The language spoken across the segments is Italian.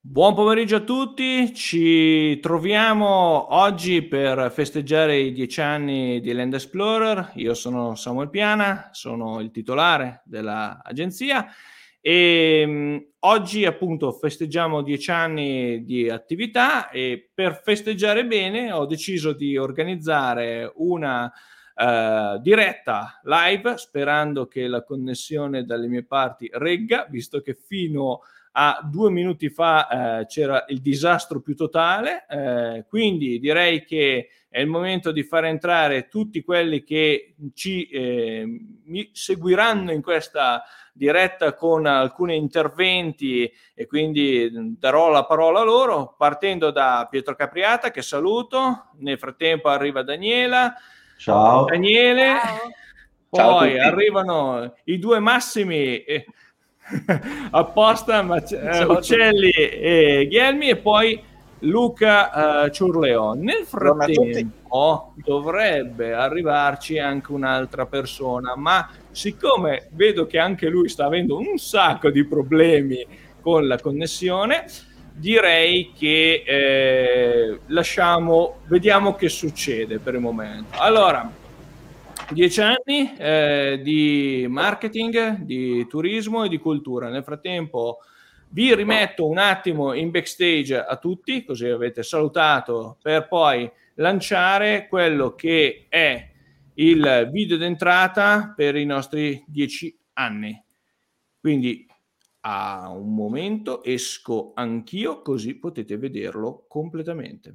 Buon pomeriggio a tutti, ci troviamo oggi per festeggiare i 10 anni di Land Explorer. Io sono Samuel Piana, sono il titolare dell'agenzia e oggi appunto festeggiamo 10 anni di attività e per festeggiare bene ho deciso di organizzare una diretta live sperando che la connessione dalle mie parti regga, visto che fino a 2 minuti fa c'era il disastro più totale, quindi direi che è il momento di far entrare tutti quelli che mi seguiranno in questa diretta con alcuni interventi e quindi darò la parola a loro, partendo da Pietro Capriata, che saluto. Nel frattempo arriva Daniela. Ciao. Daniele. Ciao. Poi Ciao arrivano i due massimi apposta, Uccelli e Ghielmi, e poi Luca Ciurleon. Nel frattempo dovrebbe arrivarci anche un'altra persona, ma siccome vedo che anche lui sta avendo un sacco di problemi con la connessione, direi che vediamo che succede per il momento. Allora, 10 anni di marketing, di turismo e di cultura. Nel frattempo vi rimetto un attimo in backstage a tutti, così avete salutato, per poi lanciare quello che è il video d'entrata per i nostri 10 anni. Quindi a un momento esco anch'io, così potete vederlo completamente.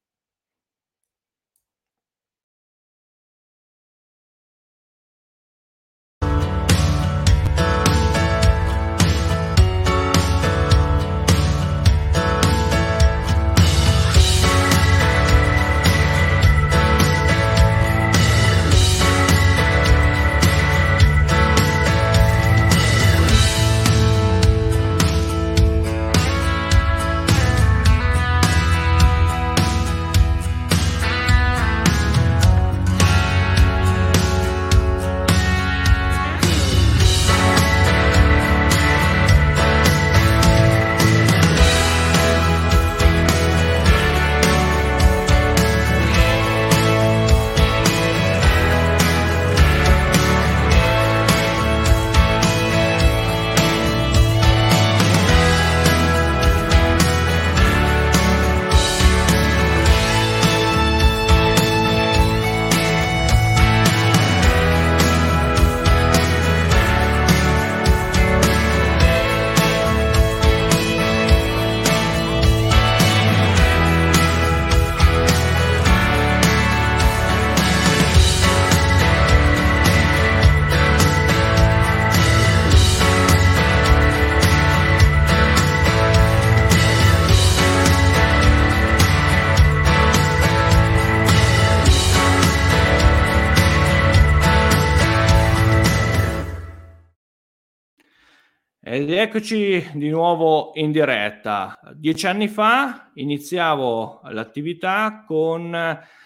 Ed eccoci di nuovo in diretta. 10 anni fa iniziavo l'attività con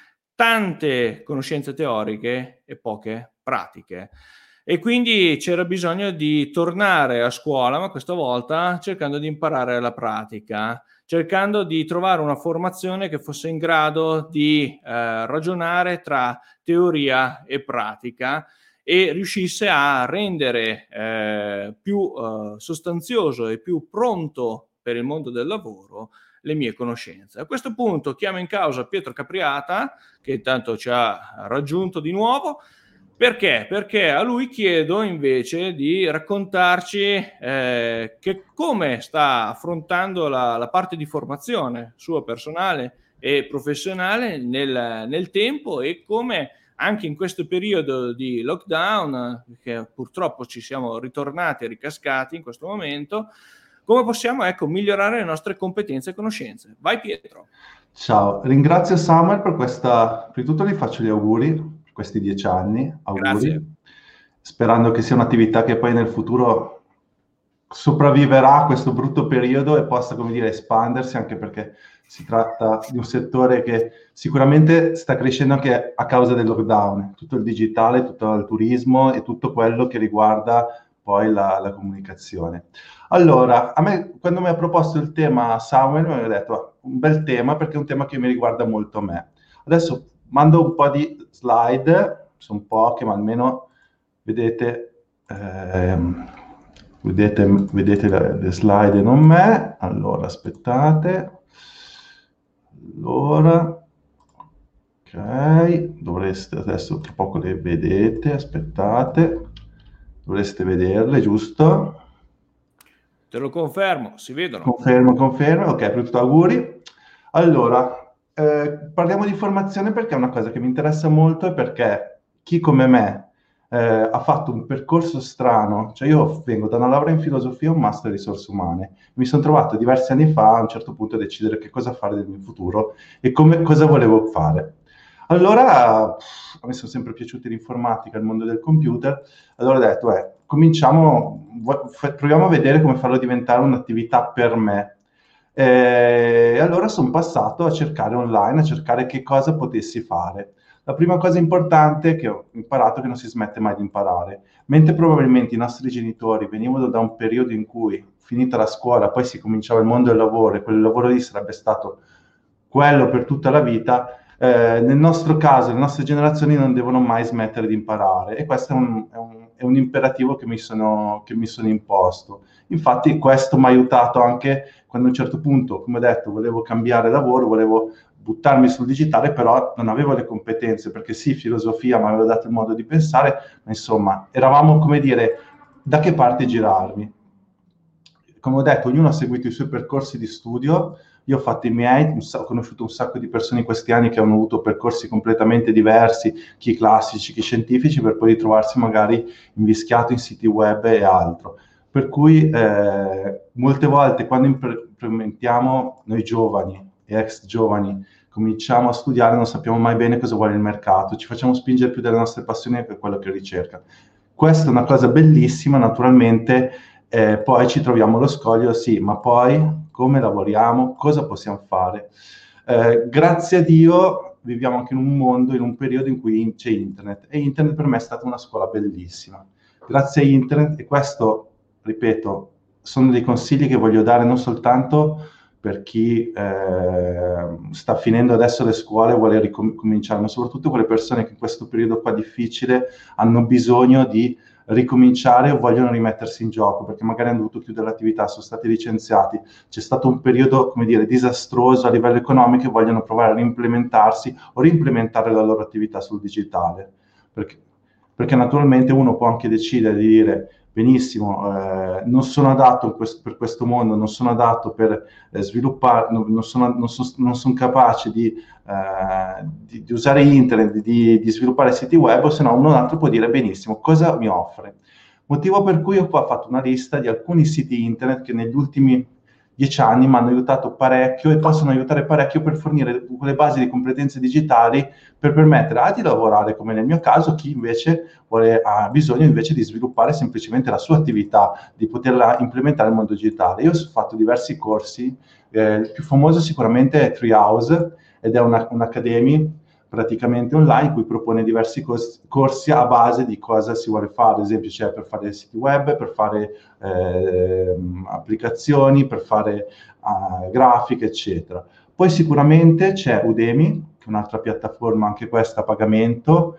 tante conoscenze teoriche e poche pratiche. E quindi c'era bisogno di tornare a scuola, ma questa volta cercando di imparare la pratica, cercando di trovare una formazione che fosse in grado di ragionare tra teoria e pratica e riuscisse a rendere più sostanzioso e più pronto per il mondo del lavoro le mie conoscenze. A questo punto chiamo in causa Pietro Capriata, che intanto ci ha raggiunto di nuovo. Perché? Perché a lui chiedo invece di raccontarci che come sta affrontando la parte di formazione sua personale e professionale nel tempo, e come anche in questo periodo di lockdown, che purtroppo ci siamo ritornati e ricascati in questo momento, come possiamo migliorare le nostre competenze e conoscenze. Vai Pietro. Ciao, ringrazio Samuel per questa, prima di tutto gli faccio gli auguri per questi 10 anni, auguri. Grazie. Sperando che sia un'attività che poi nel futuro sopravviverà a questo brutto periodo e possa, come dire, espandersi, anche perché si tratta di un settore che sicuramente sta crescendo anche a causa del lockdown, tutto il digitale, tutto il turismo e tutto quello che riguarda poi la comunicazione. Allora, a me, quando mi ha proposto il tema Samuel, mi ha detto, un bel tema, perché è un tema che mi riguarda molto a me. Adesso mando un po' di slide, sono poche, ma almeno vedete, vedete le slide e non me. Allora, aspettate. Allora, ok, dovreste, adesso tra poco le vedete, aspettate, dovreste vederle, giusto? Te lo confermo, si vedono. Confermo, ok, tutto auguri. Allora, parliamo di formazione perché è una cosa che mi interessa molto e perché chi come me ha fatto un percorso strano, cioè io vengo da una laurea in filosofia e un master in risorse umane, mi sono trovato diversi anni fa a un certo punto a decidere che cosa fare del mio futuro e cosa volevo fare. Allora, a me sono sempre piaciuti l'informatica, il mondo del computer, allora ho detto, cominciamo, proviamo a vedere come farlo diventare un'attività per me. E allora sono passato a cercare online, a cercare che cosa potessi fare. La prima cosa importante che ho imparato è che non si smette mai di imparare. Mentre probabilmente i nostri genitori venivano da un periodo in cui, finita la scuola, poi si cominciava il mondo del lavoro e quel lavoro lì sarebbe stato quello per tutta la vita, nel nostro caso, le nostre generazioni non devono mai smettere di imparare e questo è un imperativo che mi sono imposto. Infatti questo mi ha aiutato anche quando a un certo punto, come ho detto, volevo cambiare lavoro, volevo buttarmi sul digitale, però non avevo le competenze, perché sì, filosofia mi aveva dato il modo di pensare, ma insomma, eravamo, come dire, da che parte girarmi. Come ho detto, ognuno ha seguito i suoi percorsi di studio, io ho fatto i miei, ho conosciuto un sacco di persone in questi anni che hanno avuto percorsi completamente diversi, chi classici, chi scientifici, per poi ritrovarsi magari invischiato in siti web e altro. Per cui molte volte quando implementiamo noi giovani e ex giovani, cominciamo a studiare, non sappiamo mai bene cosa vuole il mercato, ci facciamo spingere più dalle nostre passioni per quello che ricerca. Questa è una cosa bellissima, naturalmente, poi ci troviamo allo scoglio, sì, ma poi come lavoriamo, cosa possiamo fare? Grazie a Dio viviamo anche in un mondo, in un periodo in cui c'è internet e internet per me è stata una scuola bellissima. Grazie a internet, e questo, ripeto, sono dei consigli che voglio dare non soltanto per chi sta finendo adesso le scuole e vuole ricominciare, ma soprattutto quelle persone che in questo periodo qua difficile hanno bisogno di ricominciare o vogliono rimettersi in gioco, perché magari hanno dovuto chiudere l'attività, sono stati licenziati, c'è stato un periodo, come dire, disastroso a livello economico e vogliono provare a reimplementarsi o reimplementare la loro attività sul digitale. Perché naturalmente uno può anche decidere di dire benissimo, non sono adatto per questo mondo, non sono adatto per sviluppare, non sono capace di usare internet, di sviluppare siti web, o se no uno altro può dire benissimo, cosa mi offre? Motivo per cui ho qua fatto una lista di alcuni siti internet che negli ultimi 10 anni mi hanno aiutato parecchio e possono aiutare parecchio per fornire quelle basi di competenze digitali per permettere di lavorare, come nel mio caso, chi invece ha bisogno invece di sviluppare semplicemente la sua attività, di poterla implementare nel mondo digitale. Io ho fatto diversi corsi, il più famoso sicuramente è Treehouse, ed è un'academy praticamente online in cui propone diversi corsi a base di cosa si vuole fare, ad esempio c'è per fare siti web, per fare applicazioni, per fare grafiche, eccetera. Poi sicuramente c'è Udemy, che è un'altra piattaforma, anche questa a pagamento,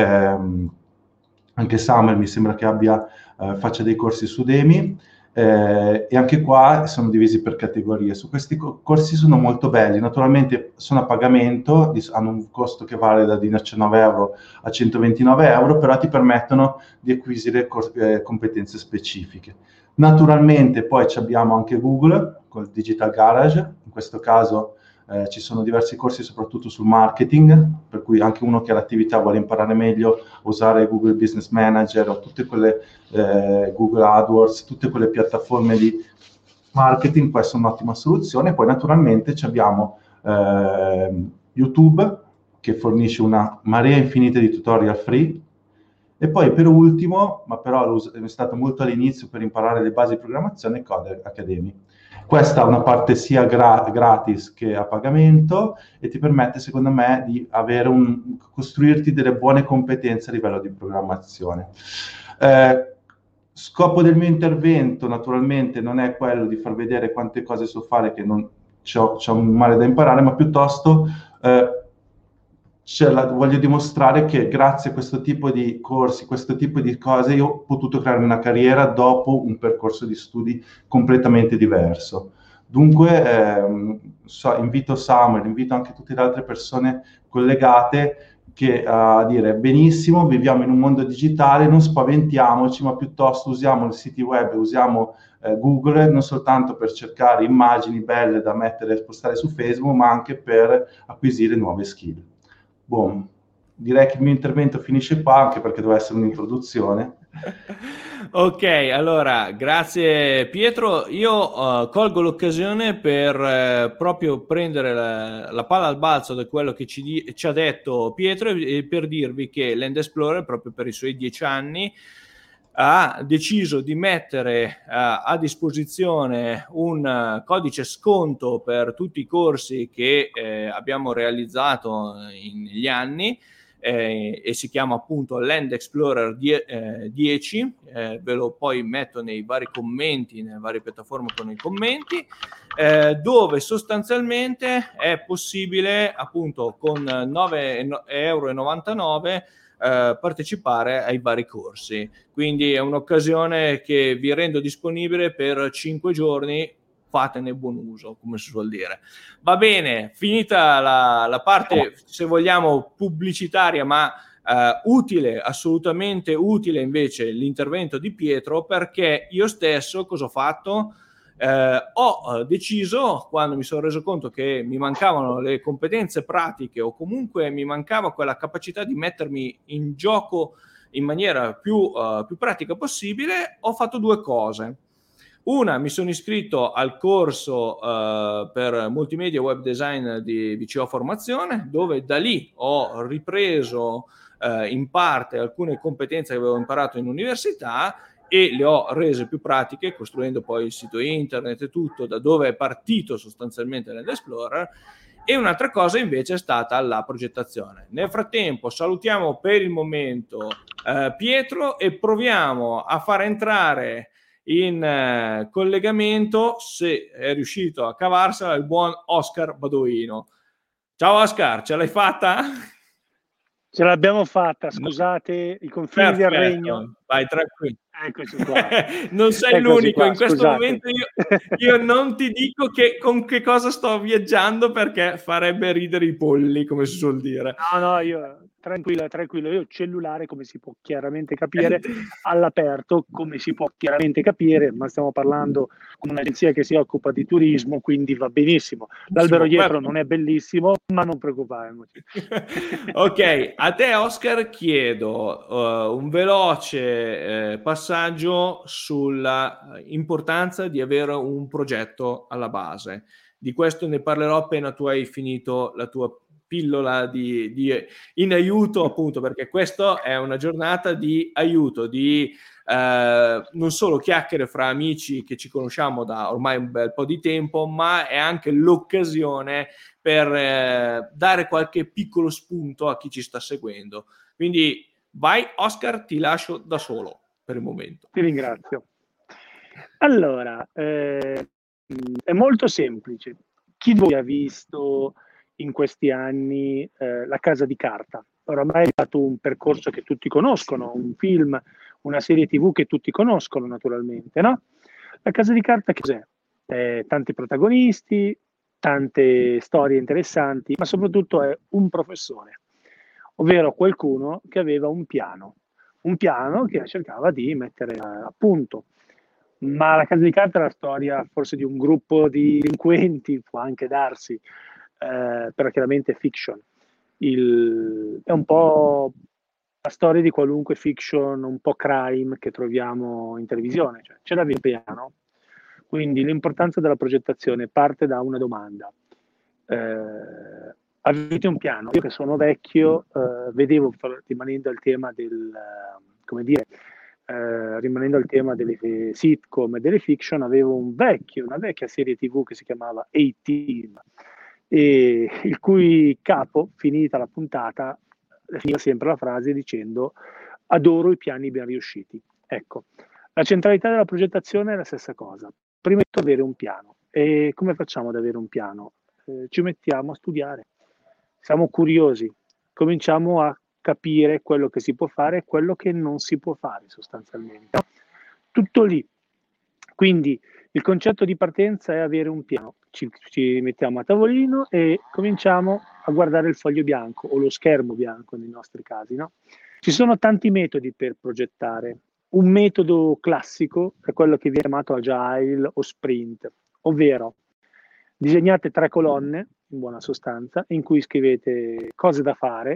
anche Samuel mi sembra che faccia dei corsi su Udemy, e anche qua sono divisi per categorie. Su questi corsi sono molto belli, naturalmente sono a pagamento, hanno un costo che vale da 19 euro a 129 euro, però ti permettono di acquisire competenze specifiche. Naturalmente poi abbiamo anche Google con il Digital Garage, in questo caso ci sono diversi corsi soprattutto sul marketing, per cui anche uno che ha l'attività vuole imparare meglio a usare Google Business Manager o tutte quelle Google AdWords, tutte quelle piattaforme di marketing, questa è un'ottima soluzione. Poi naturalmente abbiamo YouTube, che fornisce una marea infinita di tutorial free, e poi per ultimo, ma però è stato molto all'inizio per imparare le basi di programmazione, Code Academy. Questa è una parte sia gratis che a pagamento e ti permette, secondo me, di costruirti delle buone competenze a livello di programmazione. Scopo del mio intervento naturalmente non è quello di far vedere quante cose so fare, che non c'ho un male da imparare, ma piuttosto voglio dimostrare che grazie a questo tipo di corsi, questo tipo di cose, io ho potuto creare una carriera dopo un percorso di studi completamente diverso. Dunque, invito Samuel, invito anche tutte le altre persone collegate a dire benissimo, viviamo in un mondo digitale, non spaventiamoci, ma piuttosto usiamo i siti web, usiamo Google non soltanto per cercare immagini belle da mettere e postare su Facebook, ma anche per acquisire nuove skill. Boom. Direi che il mio intervento finisce qua, anche perché doveva essere un'introduzione. Ok, allora, grazie Pietro. Io colgo l'occasione per proprio prendere la palla al balzo da quello che ci ha detto Pietro e per dirvi che Land Explorer, proprio per i suoi 10 anni, ha deciso di mettere a disposizione un codice sconto per tutti i corsi che abbiamo realizzato negli anni, e si chiama appunto Land Explorer 10, ve lo poi metto nei vari commenti, nelle varie piattaforme con i commenti, dove sostanzialmente è possibile appunto con 9,99 € partecipare ai vari corsi. Quindi è un'occasione che vi rendo disponibile per 5 giorni, fatene buon uso, come si suol dire. Va bene, finita la parte, se vogliamo, pubblicitaria, ma utile, assolutamente utile invece l'intervento di Pietro, perché io stesso cosa ho fatto? Ho deciso, quando mi sono reso conto che mi mancavano le competenze pratiche o comunque mi mancava quella capacità di mettermi in gioco in maniera più pratica possibile, ho fatto due cose. Una, mi sono iscritto al corso per multimedia web design di VCO Formazione, dove da lì ho ripreso in parte alcune competenze che avevo imparato in università e le ho rese più pratiche, costruendo poi il sito internet e tutto, da dove è partito sostanzialmente Land Explorer. E un'altra cosa invece è stata la progettazione. Nel frattempo salutiamo per il momento Pietro e proviamo a far entrare in collegamento, se è riuscito a cavarsela, il buon Oscar Badoino. Ciao Oscar, ce l'hai fatta? Ce l'abbiamo fatta, scusate, i confini del regno. Vai tranquillo. Eccoci qua. Non sei Eccoci l'unico, qua, in questo scusate. momento io non ti dico con che cosa sto viaggiando, perché farebbe ridere i polli, come si suol dire. No, io tranquillo, io cellulare, come si può chiaramente capire, all'aperto, come si può chiaramente capire, ma stiamo parlando con un'agenzia che si occupa di turismo, quindi va benissimo. L'albero dietro non è bellissimo, ma non preoccuparmoci. Ok, a te Oscar chiedo un veloce passaggio sulla importanza di avere un progetto alla base. Di questo ne parlerò appena tu hai finito la tua pillola in aiuto, appunto, perché questa è una giornata di aiuto, di non solo chiacchiere fra amici che ci conosciamo da ormai un bel po' di tempo, ma è anche l'occasione per dare qualche piccolo spunto a chi ci sta seguendo. Quindi vai Oscar, ti lascio da solo per il momento. Ti ringrazio. Allora, è molto semplice. Chi di voi ha visto in questi anni La Casa di Carta? Oramai è stato un percorso che tutti conoscono, un film, una serie TV che tutti conoscono naturalmente, no? La Casa di Carta che cos'è? Tanti protagonisti, tante storie interessanti, ma soprattutto è un professore, ovvero qualcuno che aveva un piano che cercava di mettere a punto. Ma La Casa di Carta è la storia forse di un gruppo di delinquenti, può anche darsi, però chiaramente è fiction. È un po' la storia di qualunque fiction, un po' crime che troviamo in televisione, cioè ce l'avevi un piano. Quindi l'importanza della progettazione parte da una domanda. Avete un piano? Io che sono vecchio, vedevo, rimanendo al tema rimanendo al tema delle sitcom e delle fiction, avevo una vecchia serie TV che si chiamava A-Team, e il cui capo, finita la puntata, finiva sempre la frase dicendo: adoro i piani ben riusciti. Ecco, La centralità della progettazione è la stessa cosa. Prima di tutto avere un piano. E come facciamo ad avere un piano? Ci mettiamo a studiare, siamo curiosi, cominciamo a capire quello che si può fare e quello che non si può fare sostanzialmente. Tutto lì. Quindi il concetto di partenza è avere un piano. Ci mettiamo a tavolino e cominciamo a guardare il foglio bianco o lo schermo bianco nei nostri casi, no? Ci sono tanti metodi per progettare. Un metodo classico è quello che viene chiamato Agile o Sprint, ovvero disegnate 3 colonne, in buona sostanza, in cui scrivete cose da fare,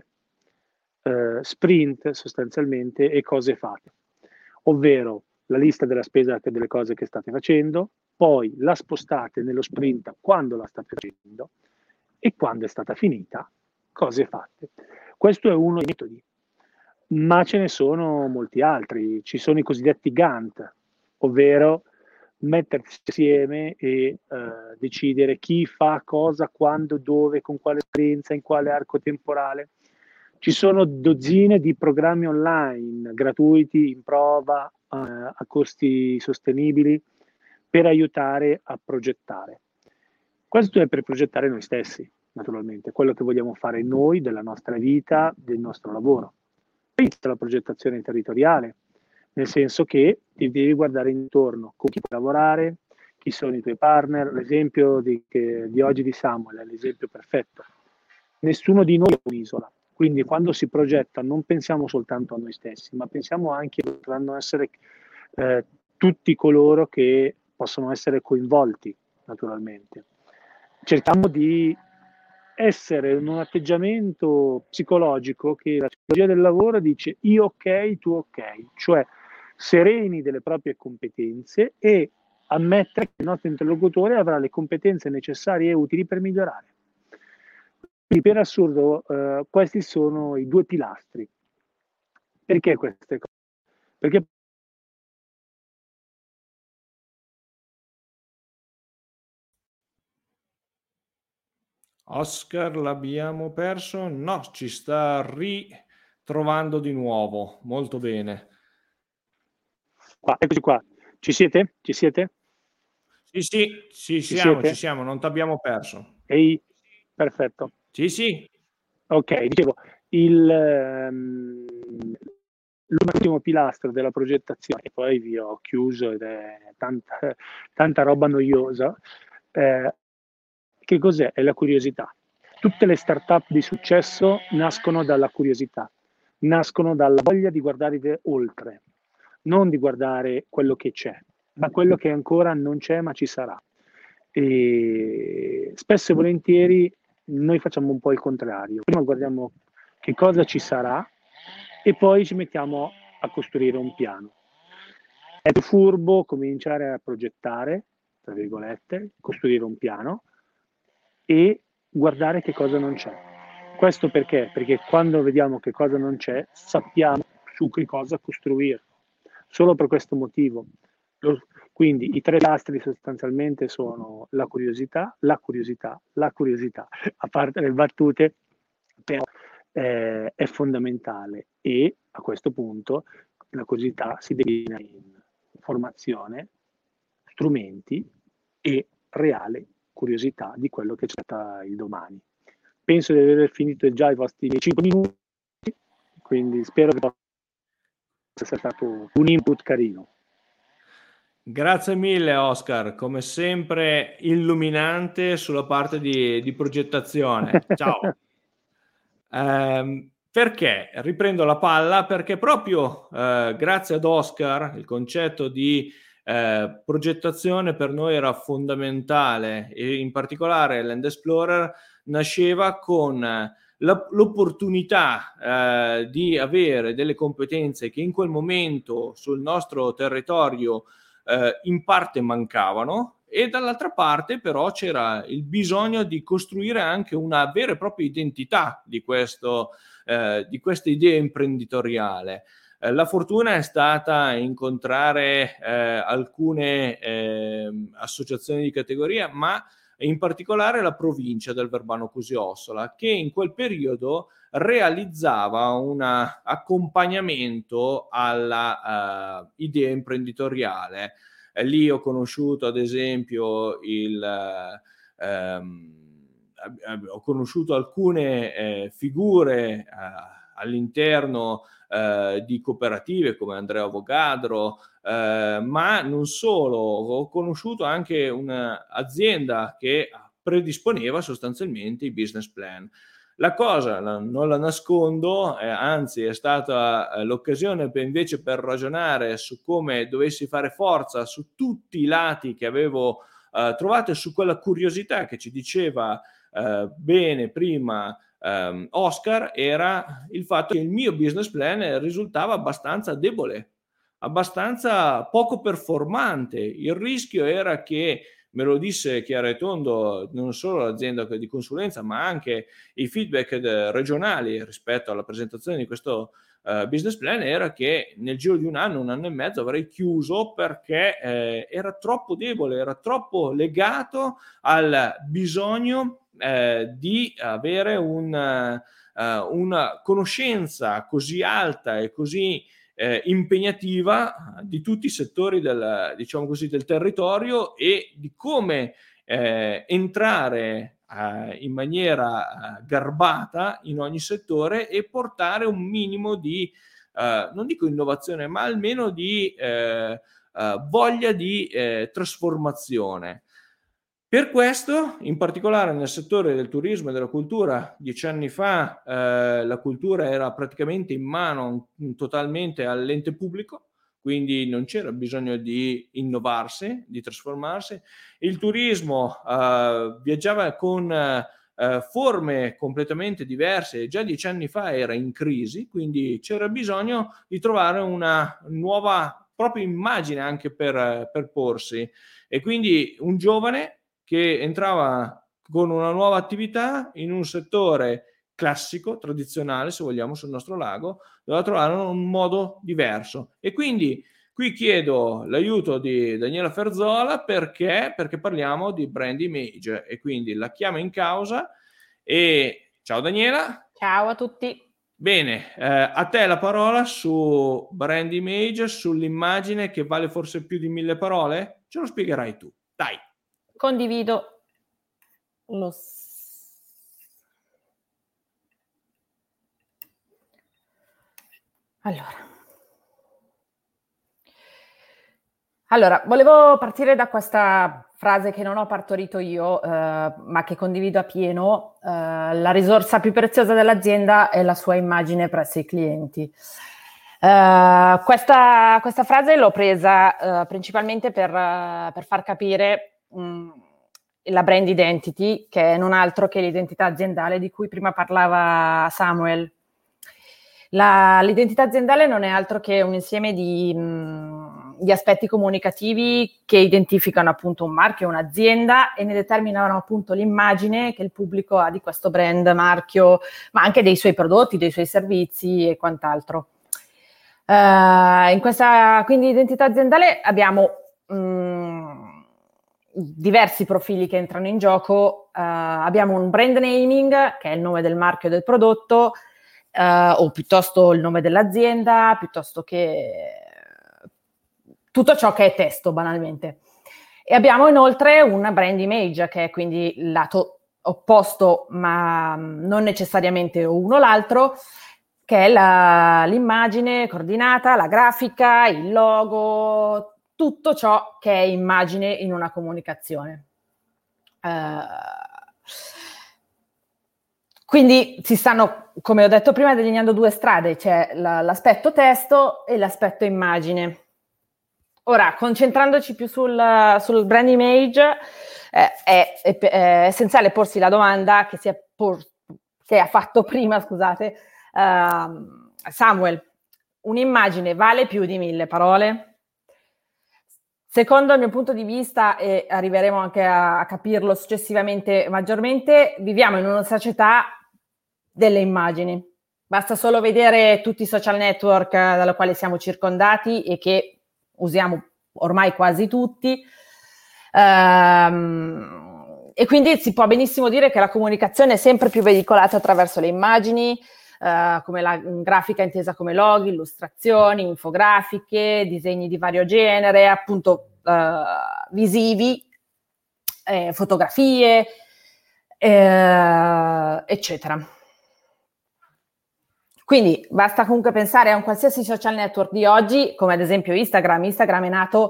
sprint sostanzialmente e cose fatte, ovvero la lista della spesa delle cose che state facendo, poi la spostate nello sprint quando la state facendo e quando è stata finita, cose fatte. Questo è uno dei metodi, ma ce ne sono molti altri. Ci sono i cosiddetti Gantt, ovvero mettersi insieme e decidere chi fa cosa, quando, dove, con quale esperienza, in quale arco temporale. Ci sono dozzine di programmi online gratuiti in prova a costi sostenibili per aiutare a progettare. Questo è per progettare noi stessi, naturalmente, quello che vogliamo fare noi della nostra vita, del nostro lavoro. Poi c'è la progettazione territoriale, nel senso che ti devi guardare intorno, con chi puoi lavorare, chi sono i tuoi partner. L'esempio di oggi di Samuel è l'esempio perfetto. Nessuno di noi è un'isola, quindi quando si progetta non pensiamo soltanto a noi stessi, ma pensiamo anche che potranno essere tutti coloro che possono essere coinvolti, naturalmente. Cerchiamo di essere in un atteggiamento psicologico che la psicologia del lavoro dice io ok, tu ok, cioè sereni delle proprie competenze e ammettere che il nostro interlocutore avrà le competenze necessarie e utili per migliorare. Quindi per assurdo questi sono i 2 pilastri. Perché queste cose? Perché Oscar l'abbiamo perso? No, ci sta ritrovando di nuovo. Molto bene. Eccoci qua. Ci siete? Ci siete? Sì, ci siamo, non ti abbiamo perso. Ehi, perfetto. Sì. Ok, dicevo, l'ultimo pilastro della progettazione, e poi vi ho chiuso ed è tanta roba noiosa, che cos'è? È la curiosità. Tutte le start-up di successo nascono dalla curiosità, nascono dalla voglia di guardare oltre, non di guardare quello che c'è, ma quello che ancora non c'è ma ci sarà. E spesso e volentieri noi facciamo un po' il contrario. Prima guardiamo che cosa ci sarà e poi ci mettiamo a costruire un piano. È più furbo cominciare a progettare, tra virgolette, costruire un piano e guardare che cosa non c'è. Questo perché? Perché quando vediamo che cosa non c'è, sappiamo su che cosa costruire. Solo per questo motivo. Quindi i 3 pilastri sostanzialmente sono la curiosità, a parte le battute, però è fondamentale e a questo punto la curiosità si declina in formazione, strumenti e reale curiosità di quello che c'è il domani. Penso di aver finito già i vostri 5 minuti, quindi spero che possa essere stato un input carino. Grazie mille Oscar, come sempre illuminante sulla parte di progettazione. Ciao. Perché riprendo la palla? Perché proprio grazie ad Oscar il concetto di progettazione per noi era fondamentale e in particolare Land Explorer nasceva con l'opportunità di avere delle competenze che in quel momento sul nostro territorio in parte mancavano e dall'altra parte però c'era il bisogno di costruire anche una vera e propria identità di questa idea imprenditoriale. La fortuna è stata incontrare alcune associazioni di categoria, ma in particolare la provincia del Verbano Cusio-Ossola, che in quel periodo realizzava un accompagnamento alla idea imprenditoriale. Lì ho conosciuto ad esempio ho conosciuto alcune figure all'interno di cooperative come Andrea Avogadro, ma non solo, ho conosciuto anche un'azienda che predisponeva sostanzialmente i business plan. La cosa, non la nascondo, anzi è stata l'occasione invece per ragionare su come dovessi fare forza su tutti i lati che avevo trovato e su quella curiosità che ci diceva bene prima Oscar, era il fatto che il mio business plan risultava abbastanza debole, abbastanza poco performante. Il rischio era che, me lo disse chiaro e tondo non solo l'azienda di consulenza, ma anche i feedback regionali rispetto alla presentazione di questo business plan, era che nel giro di un anno e mezzo avrei chiuso, perché era troppo debole, era troppo legato al bisogno di avere una conoscenza così alta e così impegnativa di tutti i settori diciamo così, del territorio, e di come entrare in maniera garbata in ogni settore e portare un minimo di, non dico innovazione, ma almeno di voglia di trasformazione. Per questo, in particolare nel settore del turismo e della cultura, 10 anni fa la cultura era praticamente in mano totalmente all'ente pubblico, quindi non c'era bisogno di innovarsi, di trasformarsi. Il turismo viaggiava con forme completamente diverse, e già 10 anni fa era in crisi, quindi c'era bisogno di trovare una nuova propria immagine anche per porsi. E quindi un giovane che entrava con una nuova attività in un settore classico, tradizionale, se vogliamo, sul nostro lago, doveva trovare un modo diverso. E quindi qui chiedo l'aiuto di Daniela Ferzola, perché parliamo di brand image, e quindi la chiamo in causa. E ciao Daniela. Ciao a tutti. Bene, a te la parola su brand image, sull'immagine che vale forse più di 1000 parole. Ce lo spiegherai tu, dai. Condivido Allora, volevo partire da questa frase che non ho partorito io, ma che condivido appieno. La risorsa più preziosa dell'azienda è la sua immagine presso i clienti. Questa frase l'ho presa principalmente per far capire la brand identity, che è non altro che l'identità aziendale di cui prima parlava Samuel. L'identità aziendale non è altro che un insieme di aspetti comunicativi che identificano appunto un marchio, un'azienda, e ne determinano appunto l'immagine che il pubblico ha di questo brand, marchio, ma anche dei suoi prodotti, dei suoi servizi e quant'altro. In questa quindi identità aziendale abbiamo diversi profili che entrano in gioco. Abbiamo un brand naming, che è il nome del marchio del prodotto, o piuttosto il nome dell'azienda, piuttosto che tutto ciò che è testo, banalmente. E abbiamo inoltre una brand image, che è quindi il lato opposto, ma non necessariamente uno o l'altro, che è l'immagine coordinata, la grafica, il logo, tutto ciò che è immagine in una comunicazione. Quindi si stanno, come ho detto prima, delineando due strade, c'è l'aspetto testo e l'aspetto immagine. Ora, concentrandoci più sul brand image, è essenziale porsi la domanda che ha fatto prima, scusate, Samuel: un'immagine vale più di 1000 parole? Secondo il mio punto di vista, e arriveremo anche a capirlo successivamente maggiormente, viviamo in una società delle immagini. Basta solo vedere tutti i social network dalla quale siamo circondati e che usiamo ormai quasi tutti, E quindi si può benissimo dire che la comunicazione è sempre più veicolata attraverso le immagini, come la grafica intesa come loghi, illustrazioni, infografiche, disegni di vario genere, appunto visivi, fotografie, eccetera. Quindi basta comunque pensare a un qualsiasi social network di oggi, come ad esempio Instagram. Instagram è nato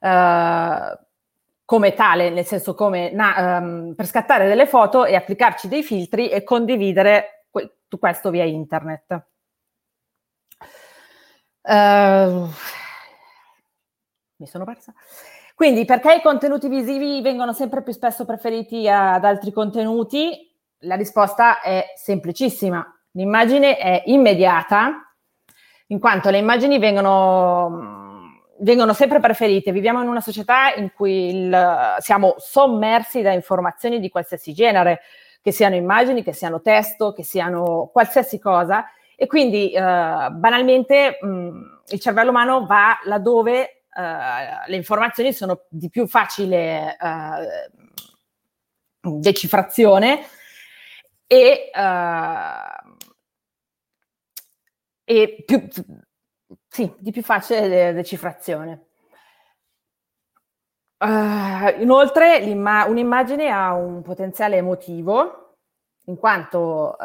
come tale, nel senso come per scattare delle foto e applicarci dei filtri e condividere questo via internet. Mi sono persa. Quindi, perché i contenuti visivi vengono sempre più spesso preferiti ad altri contenuti? La risposta è semplicissima. L'immagine è immediata, in quanto le immagini vengono sempre preferite. Viviamo in una società in cui siamo sommersi da informazioni di qualsiasi genere, che siano immagini, che siano testo, che siano qualsiasi cosa, e quindi banalmente il cervello umano va laddove le informazioni sono di più facile decifrazione e di più facile decifrazione. Inoltre un'immagine ha un potenziale emotivo, in quanto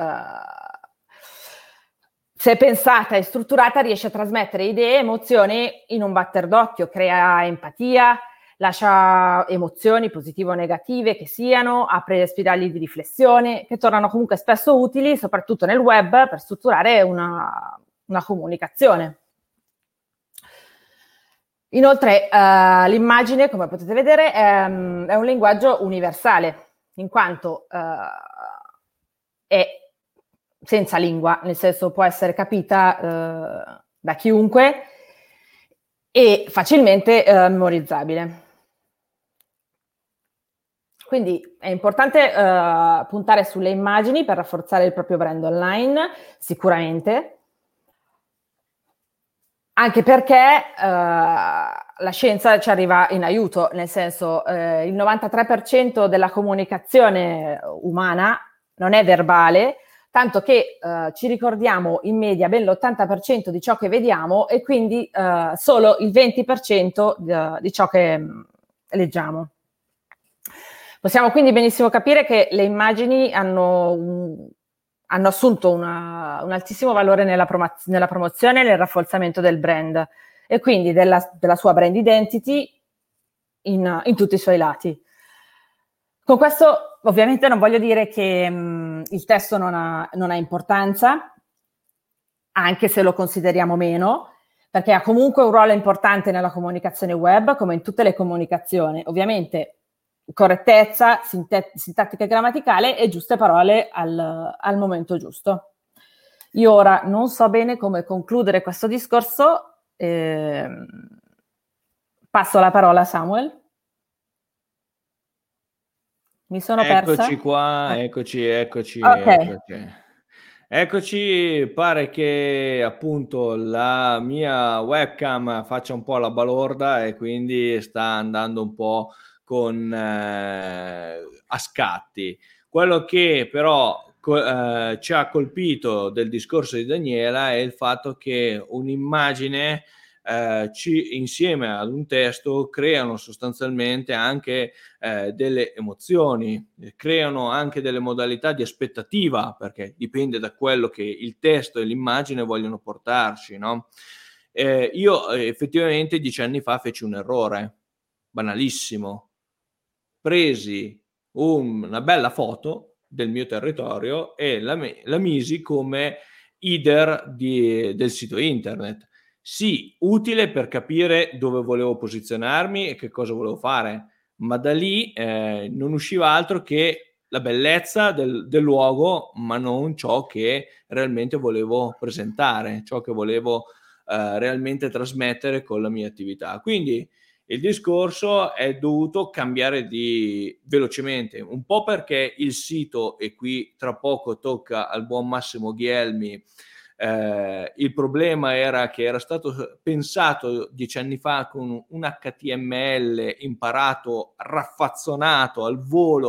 se pensata e strutturata riesce a trasmettere idee e emozioni in un batter d'occhio, crea empatia, lascia emozioni positive o negative che siano, apre spirali di riflessione che tornano comunque spesso utili, soprattutto nel web, per strutturare una comunicazione. Inoltre l'immagine, come potete vedere, è un linguaggio universale, in quanto è senza lingua, nel senso può essere capita da chiunque e facilmente memorizzabile. Quindi è importante puntare sulle immagini per rafforzare il proprio brand online, sicuramente, anche perché la scienza ci arriva in aiuto, nel senso il 93% della comunicazione umana non è verbale, tanto che ci ricordiamo in media ben l'80% di ciò che vediamo e quindi solo il 20% di ciò che leggiamo. Possiamo quindi benissimo capire che le immagini hanno assunto un altissimo valore nella promozione e nel rafforzamento del brand e quindi della sua brand identity in tutti i suoi lati. Con questo ovviamente non voglio dire che il testo non ha importanza, anche se lo consideriamo meno, perché ha comunque un ruolo importante nella comunicazione web, come in tutte le comunicazioni. Ovviamente correttezza, sintattica grammaticale e giuste parole al momento giusto. Io ora non so bene come concludere questo discorso, passo la parola a Samuel. Mi sono persa. Eccoci qua, eccoci. Okay. Eccoci, pare che appunto la mia webcam faccia un po' la balorda e quindi sta andando un po' a scatti. Quello che però ci ha colpito del discorso di Daniela è il fatto che un'immagine insieme ad un testo creano sostanzialmente anche delle emozioni, creano anche delle modalità di aspettativa, perché dipende da quello che il testo e l'immagine vogliono portarci, no? Io effettivamente 10 anni fa feci un errore banalissimo, presi una bella foto del mio territorio e la misi come header del sito internet. Sì, utile per capire dove volevo posizionarmi e che cosa volevo fare, ma da lì non usciva altro che la bellezza del luogo, ma non ciò che realmente volevo presentare, ciò che volevo realmente trasmettere con la mia attività. Quindi il discorso è dovuto cambiare velocemente, un po' perché il sito, e qui tra poco tocca al buon Massimo Ghielmi, il problema era che era stato pensato 10 anni fa con un HTML imparato, raffazzonato al volo,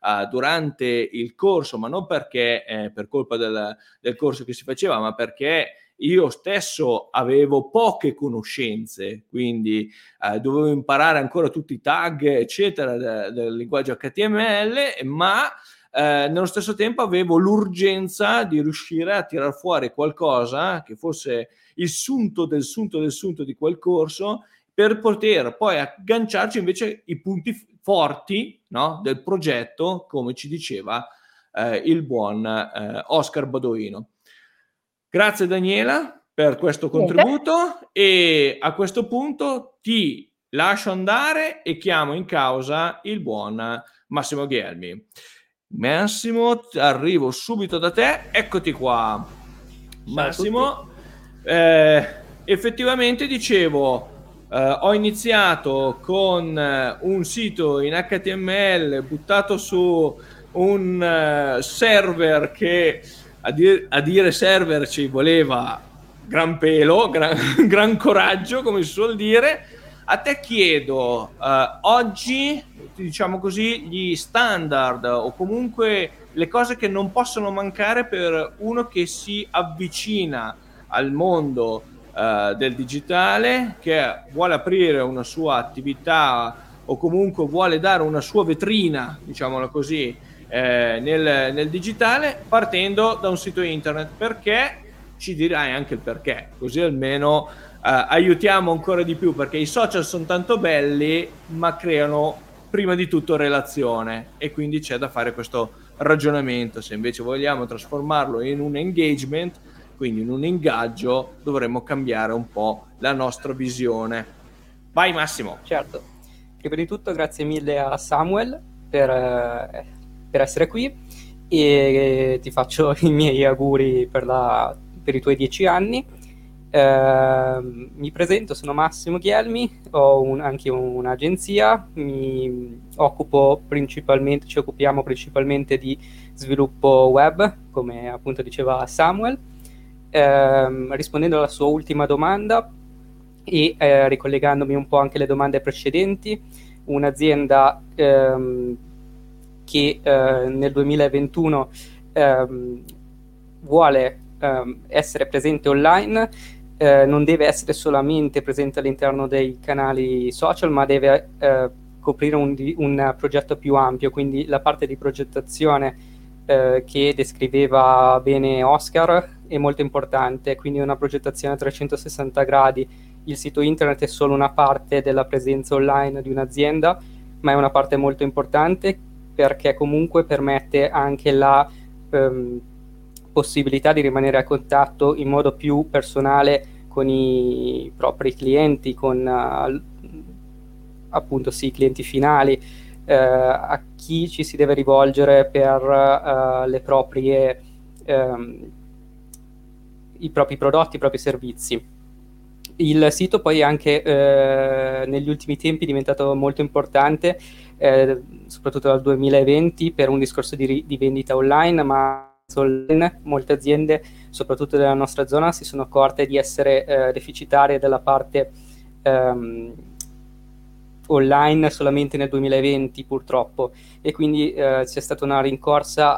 durante il corso, ma non perché per colpa del corso che si faceva, ma perché io stesso avevo poche conoscenze, quindi dovevo imparare ancora tutti i tag, eccetera, del linguaggio HTML, ma nello stesso tempo avevo l'urgenza di riuscire a tirar fuori qualcosa che fosse il sunto del sunto del sunto di quel corso, per poter poi agganciarci invece i punti forti, no, del progetto, come ci diceva il buon Oscar Badoino. Grazie Daniela per questo contributo e a questo punto ti lascio andare e chiamo in causa il buon Massimo Ghielmi. Massimo, arrivo subito da te, eccoti qua. Massimo, effettivamente dicevo, ho iniziato con un sito in HTML buttato su un server che a dire server ci voleva gran pelo, gran coraggio, come si suol dire. A te chiedo, oggi, diciamo così, gli standard o comunque le cose che non possono mancare per uno che si avvicina al mondo del digitale, che vuole aprire una sua attività o comunque vuole dare una sua vetrina, diciamola così, nel digitale, partendo da un sito internet. Perché? Ci dirai anche il perché, così almeno aiutiamo ancora di più, perché i social sono tanto belli ma creano prima di tutto relazione, e quindi c'è da fare questo ragionamento. Se invece vogliamo trasformarlo in un engagement, quindi in un ingaggio, dovremmo cambiare un po' la nostra visione. Vai Massimo. Certo, prima di tutto grazie mille a Samuel per essere qui, e ti faccio i miei auguri per i tuoi 10 anni. Mi presento, sono Massimo Ghielmi, ho anche un'agenzia, ci occupiamo principalmente di sviluppo web, come appunto diceva Samuel. Rispondendo alla sua ultima domanda e ricollegandomi un po' anche alle domande precedenti, un'azienda che nel 2021 vuole essere presente online, non deve essere solamente presente all'interno dei canali social, ma deve coprire un progetto più ampio. Quindi la parte di progettazione che descriveva bene Oscar è molto importante, quindi una progettazione a 360 gradi. Il sito internet è solo una parte della presenza online di un'azienda, ma è una parte molto importante, perché comunque permette anche la possibilità di rimanere a contatto in modo più personale con i propri clienti, con appunto sì, clienti finali, a chi ci si deve rivolgere per i propri prodotti, i propri servizi. Il sito poi anche negli ultimi tempi è diventato molto importante, soprattutto dal 2020, per un discorso di vendita online, ma molte aziende, soprattutto della nostra zona, si sono accorte di essere deficitarie della parte online solamente nel 2020, purtroppo, e quindi c'è stata una rincorsa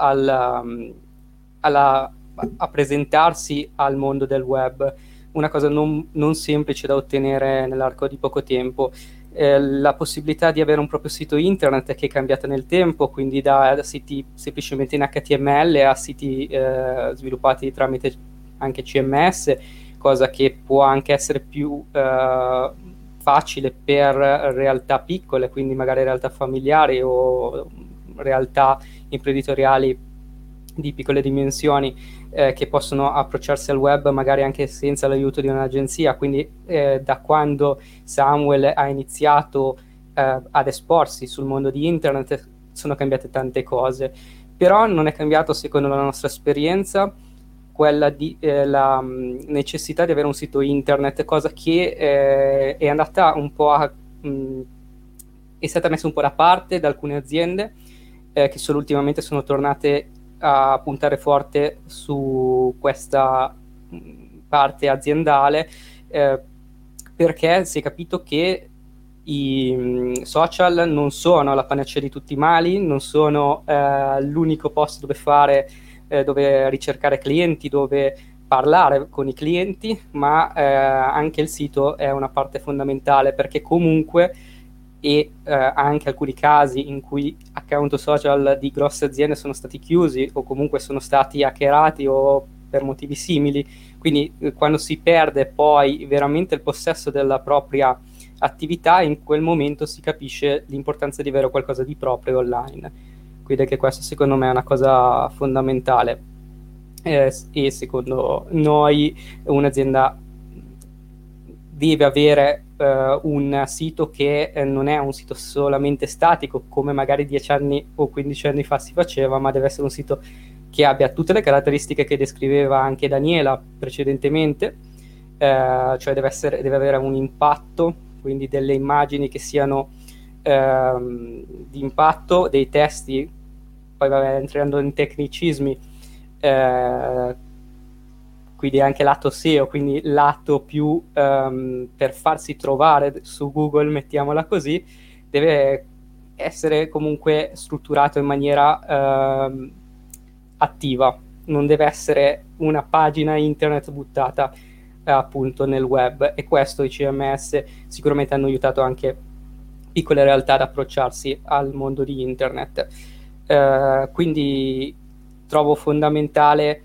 a presentarsi al mondo del web, una cosa non semplice da ottenere nell'arco di poco tempo. La possibilità di avere un proprio sito internet che è cambiata nel tempo, quindi da siti semplicemente in HTML a siti sviluppati tramite anche CMS, cosa che può anche essere più facile per realtà piccole, quindi magari realtà familiari o realtà imprenditoriali di piccole dimensioni, che possono approcciarsi al web magari anche senza l'aiuto di un'agenzia. Quindi da quando Samuel ha iniziato ad esporsi sul mondo di internet sono cambiate tante cose, però non è cambiato, secondo la nostra esperienza, quella di la necessità di avere un sito internet, cosa che è andata un po' è stata messa un po' da parte da alcune aziende che solo ultimamente sono tornate a puntare forte su questa parte aziendale, perché si è capito che I social non sono la panacea di tutti i mali, non sono l'unico posto dove ricercare clienti, dove parlare con i clienti, ma anche il sito è una parte fondamentale, perché comunque, e anche alcuni casi in cui account social di grosse aziende sono stati chiusi o comunque sono stati hackerati o per motivi simili, quindi quando si perde poi veramente il possesso della propria attività, in quel momento si capisce l'importanza di avere qualcosa di proprio online. Quindi che questo secondo me è una cosa fondamentale, e secondo noi un'azienda deve avere un sito che non è un sito solamente statico come magari 10 anni o 15 anni fa si faceva, ma deve essere un sito che abbia tutte le caratteristiche che descriveva anche Daniela precedentemente, cioè deve avere un impatto, quindi delle immagini che siano di impatto, dei testi, poi entrando in tecnicismi, quindi anche lato SEO, quindi lato più per farsi trovare su Google, mettiamola così, deve essere comunque strutturato in maniera attiva, non deve essere una pagina internet buttata appunto nel web, e questo i CMS sicuramente hanno aiutato anche piccole realtà ad approcciarsi al mondo di internet. Quindi trovo fondamentale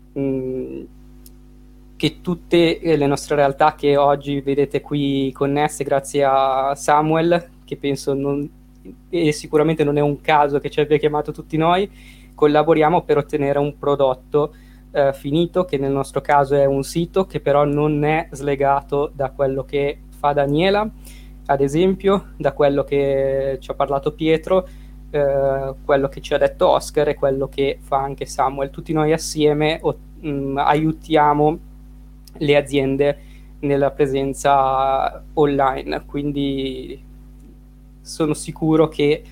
che tutte le nostre realtà che oggi vedete qui connesse grazie a Samuel, che penso e sicuramente non è un caso che ci abbia chiamato tutti noi, collaboriamo per ottenere un prodotto finito, che nel nostro caso è un sito che però non è slegato da quello che fa Daniela, ad esempio, da quello che ci ha parlato Pietro, quello che ci ha detto Oscar e quello che fa anche Samuel. Tutti noi assieme aiutiamo le aziende nella presenza online, quindi sono sicuro che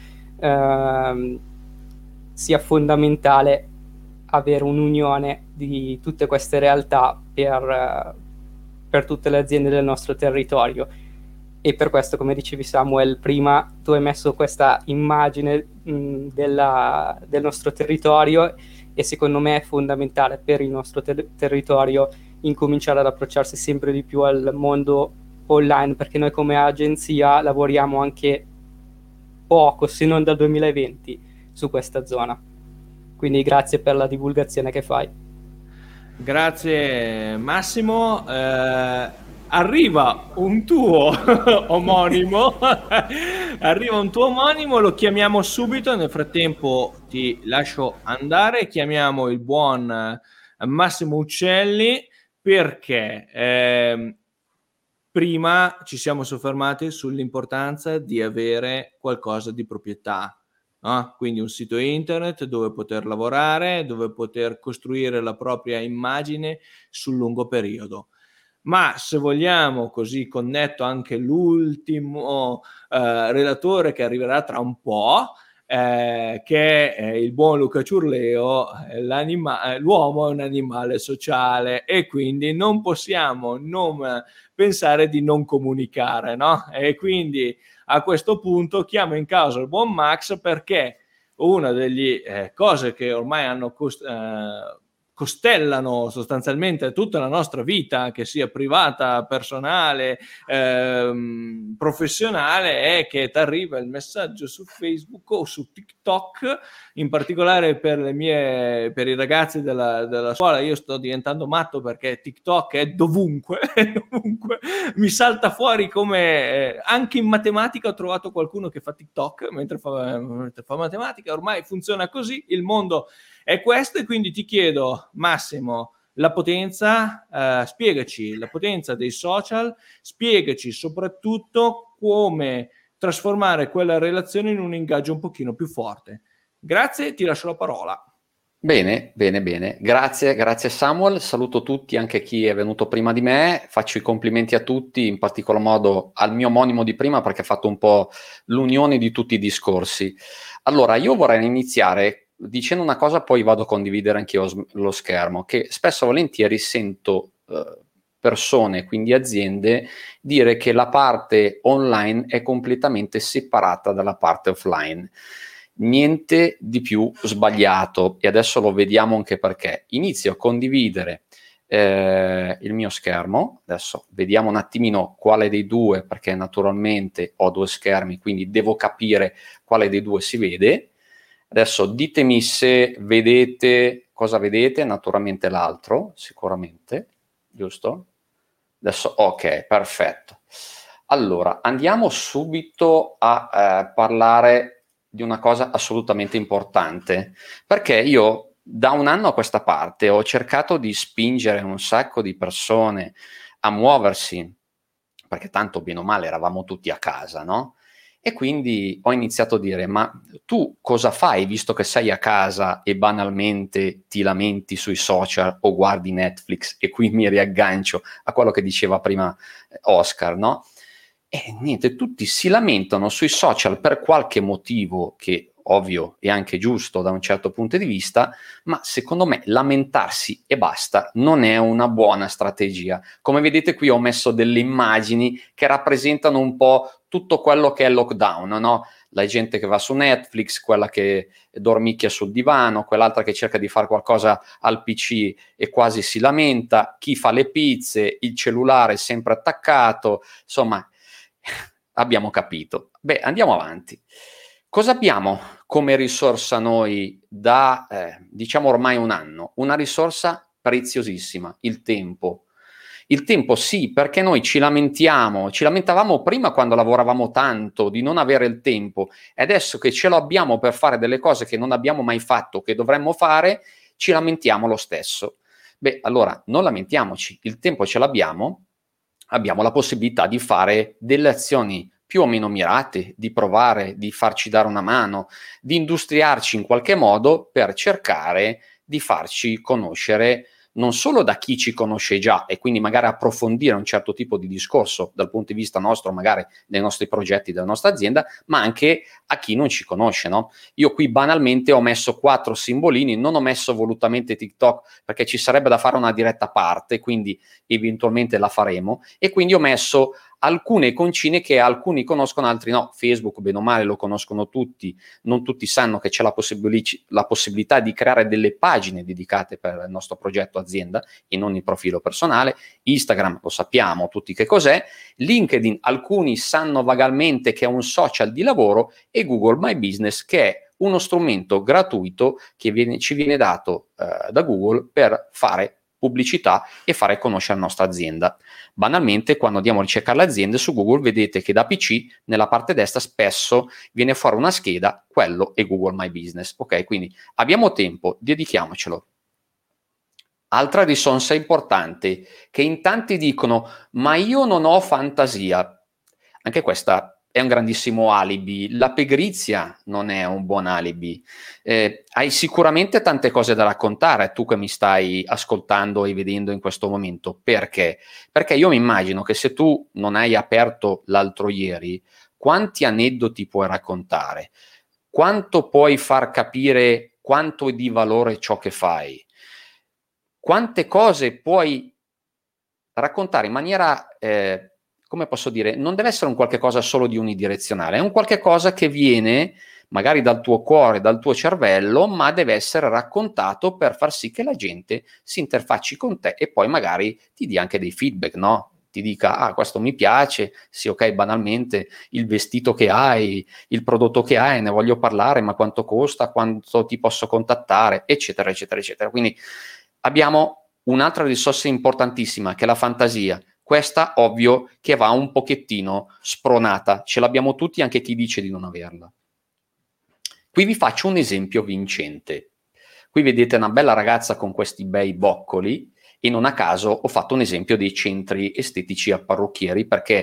sia fondamentale avere un'unione di tutte queste realtà per tutte le aziende del nostro territorio. E per questo, come dicevi Samuel prima, tu hai messo questa immagine del nostro territorio, e secondo me è fondamentale per il nostro territorio incominciare ad approcciarsi sempre di più al mondo online, perché noi come agenzia lavoriamo anche poco, se non dal 2020, su questa zona. Quindi grazie per la divulgazione che fai. Grazie Massimo. Arriva un tuo omonimo, lo chiamiamo subito, nel frattempo ti lascio andare, chiamiamo il buon Massimo Uccelli, perché prima ci siamo soffermati sull'importanza di avere qualcosa di proprietà. Quindi un sito internet dove poter lavorare, dove poter costruire la propria immagine sul lungo periodo. Ma se vogliamo, così connetto anche l'ultimo relatore che arriverà tra un po', che è il buon Luca Ciurleo, l'uomo è un animale sociale e quindi non possiamo non pensare di non comunicare, no? E quindi a questo punto chiamo in causa il buon Max, perché una delle cose che ormai hanno costellano sostanzialmente tutta la nostra vita, che sia privata, personale, professionale, è che ti arriva il messaggio su Facebook o su TikTok, in particolare per i ragazzi della scuola. Io sto diventando matto perché TikTok è dovunque, mi salta fuori come anche in matematica ho trovato qualcuno che fa TikTok mentre fa matematica. Ormai funziona così, il mondo è questo, e quindi ti chiedo, Massimo, la potenza, spiegaci la potenza dei social, spiegaci soprattutto come trasformare quella relazione in un ingaggio un pochino più forte. Grazie, ti lascio la parola. Bene. Grazie Samuel, saluto tutti, anche chi è venuto prima di me, faccio i complimenti a tutti, in particolar modo al mio omonimo di prima, perché ha fatto un po' l'unione di tutti i discorsi. Allora, io vorrei iniziare dicendo una cosa, poi vado a condividere anch'io lo schermo, che spesso e volentieri sento persone, quindi aziende, dire che la parte online è completamente separata dalla parte offline. Niente di più sbagliato, e adesso lo vediamo anche perché. Inizio a condividere il mio schermo. Adesso vediamo un attimino quale dei due, perché naturalmente ho due schermi, quindi devo capire quale dei due si vede. Adesso ditemi se vedete, cosa vedete, naturalmente l'altro, sicuramente, giusto? Adesso, ok, perfetto. Allora, andiamo subito a parlare di una cosa assolutamente importante, perché io da un anno a questa parte ho cercato di spingere un sacco di persone a muoversi, perché tanto bene o male eravamo tutti a casa, no? E quindi ho iniziato a dire, ma tu cosa fai visto che sei a casa e banalmente ti lamenti sui social o guardi Netflix? E qui mi riaggancio a quello che diceva prima Oscar, no? E niente, tutti si lamentano sui social per qualche motivo che ovvio e anche giusto da un certo punto di vista, ma secondo me lamentarsi e basta non è una buona strategia. Come vedete qui ho messo delle immagini che rappresentano un po' tutto quello che è il lockdown, no? La gente che va su Netflix, quella che dormicchia sul divano, quell'altra che cerca di fare qualcosa al PC e quasi si lamenta, chi fa le pizze, il cellulare sempre attaccato, insomma, abbiamo capito. Beh, andiamo avanti. Cosa abbiamo come risorsa noi da, diciamo ormai un anno? Una risorsa preziosissima, il tempo. Il tempo sì, perché noi ci lamentavamo prima quando lavoravamo tanto di non avere il tempo, e adesso che ce lo abbiamo per fare delle cose che non abbiamo mai fatto, che dovremmo fare, ci lamentiamo lo stesso. Beh, allora non lamentiamoci, il tempo ce l'abbiamo, abbiamo la possibilità di fare delle azioni più o meno mirate, di provare, di farci dare una mano, di industriarci in qualche modo per cercare di farci conoscere non solo da chi ci conosce già e quindi magari approfondire un certo tipo di discorso dal punto di vista nostro, magari dei nostri progetti, della nostra azienda, ma anche a chi non ci conosce, no? Io qui banalmente ho messo 4 simbolini, non ho messo volutamente TikTok perché ci sarebbe da fare una diretta a parte, quindi eventualmente la faremo, e quindi ho messo alcune iconcine che alcuni conoscono, altri no. Facebook, bene o male, lo conoscono tutti, non tutti sanno che c'è la possibilità di creare delle pagine dedicate per il nostro progetto azienda e non il profilo personale. Instagram lo sappiamo tutti che cos'è, LinkedIn alcuni sanno vagamente che è un social di lavoro, e Google My Business che è uno strumento gratuito che ci viene dato da Google per fare pubblicità e fare conoscere la nostra azienda. Banalmente, quando andiamo a ricercare le aziende su Google, vedete che da PC nella parte destra spesso viene fuori una scheda, quello è Google My Business. Ok, quindi abbiamo tempo, dedichiamocelo. Altra risorsa importante, che in tanti dicono, ma io non ho fantasia. Anche questa è un grandissimo alibi. La pigrizia non è un buon alibi. Hai sicuramente tante cose da raccontare, tu che mi stai ascoltando e vedendo in questo momento. Perché? Perché io mi immagino che se tu non hai aperto l'altro ieri, quanti aneddoti puoi raccontare? Quanto puoi far capire quanto è di valore ciò che fai? Quante cose puoi raccontare in maniera... come posso dire, non deve essere un qualche cosa solo di unidirezionale, è un qualche cosa che viene magari dal tuo cuore, dal tuo cervello, ma deve essere raccontato per far sì che la gente si interfacci con te e poi magari ti dia anche dei feedback, no? Ti dica, ah, questo mi piace, sì, ok, banalmente, il vestito che hai, il prodotto che hai, ne voglio parlare, ma quanto costa, quanto ti posso contattare, eccetera, eccetera, eccetera. Quindi abbiamo un'altra risorsa importantissima, che è la fantasia. Questa, ovvio, che va un pochettino spronata. Ce l'abbiamo tutti, anche chi dice di non averla. Qui vi faccio un esempio vincente. Qui vedete una bella ragazza con questi bei boccoli, e non a caso ho fatto un esempio dei centri estetici a parrucchieri, perché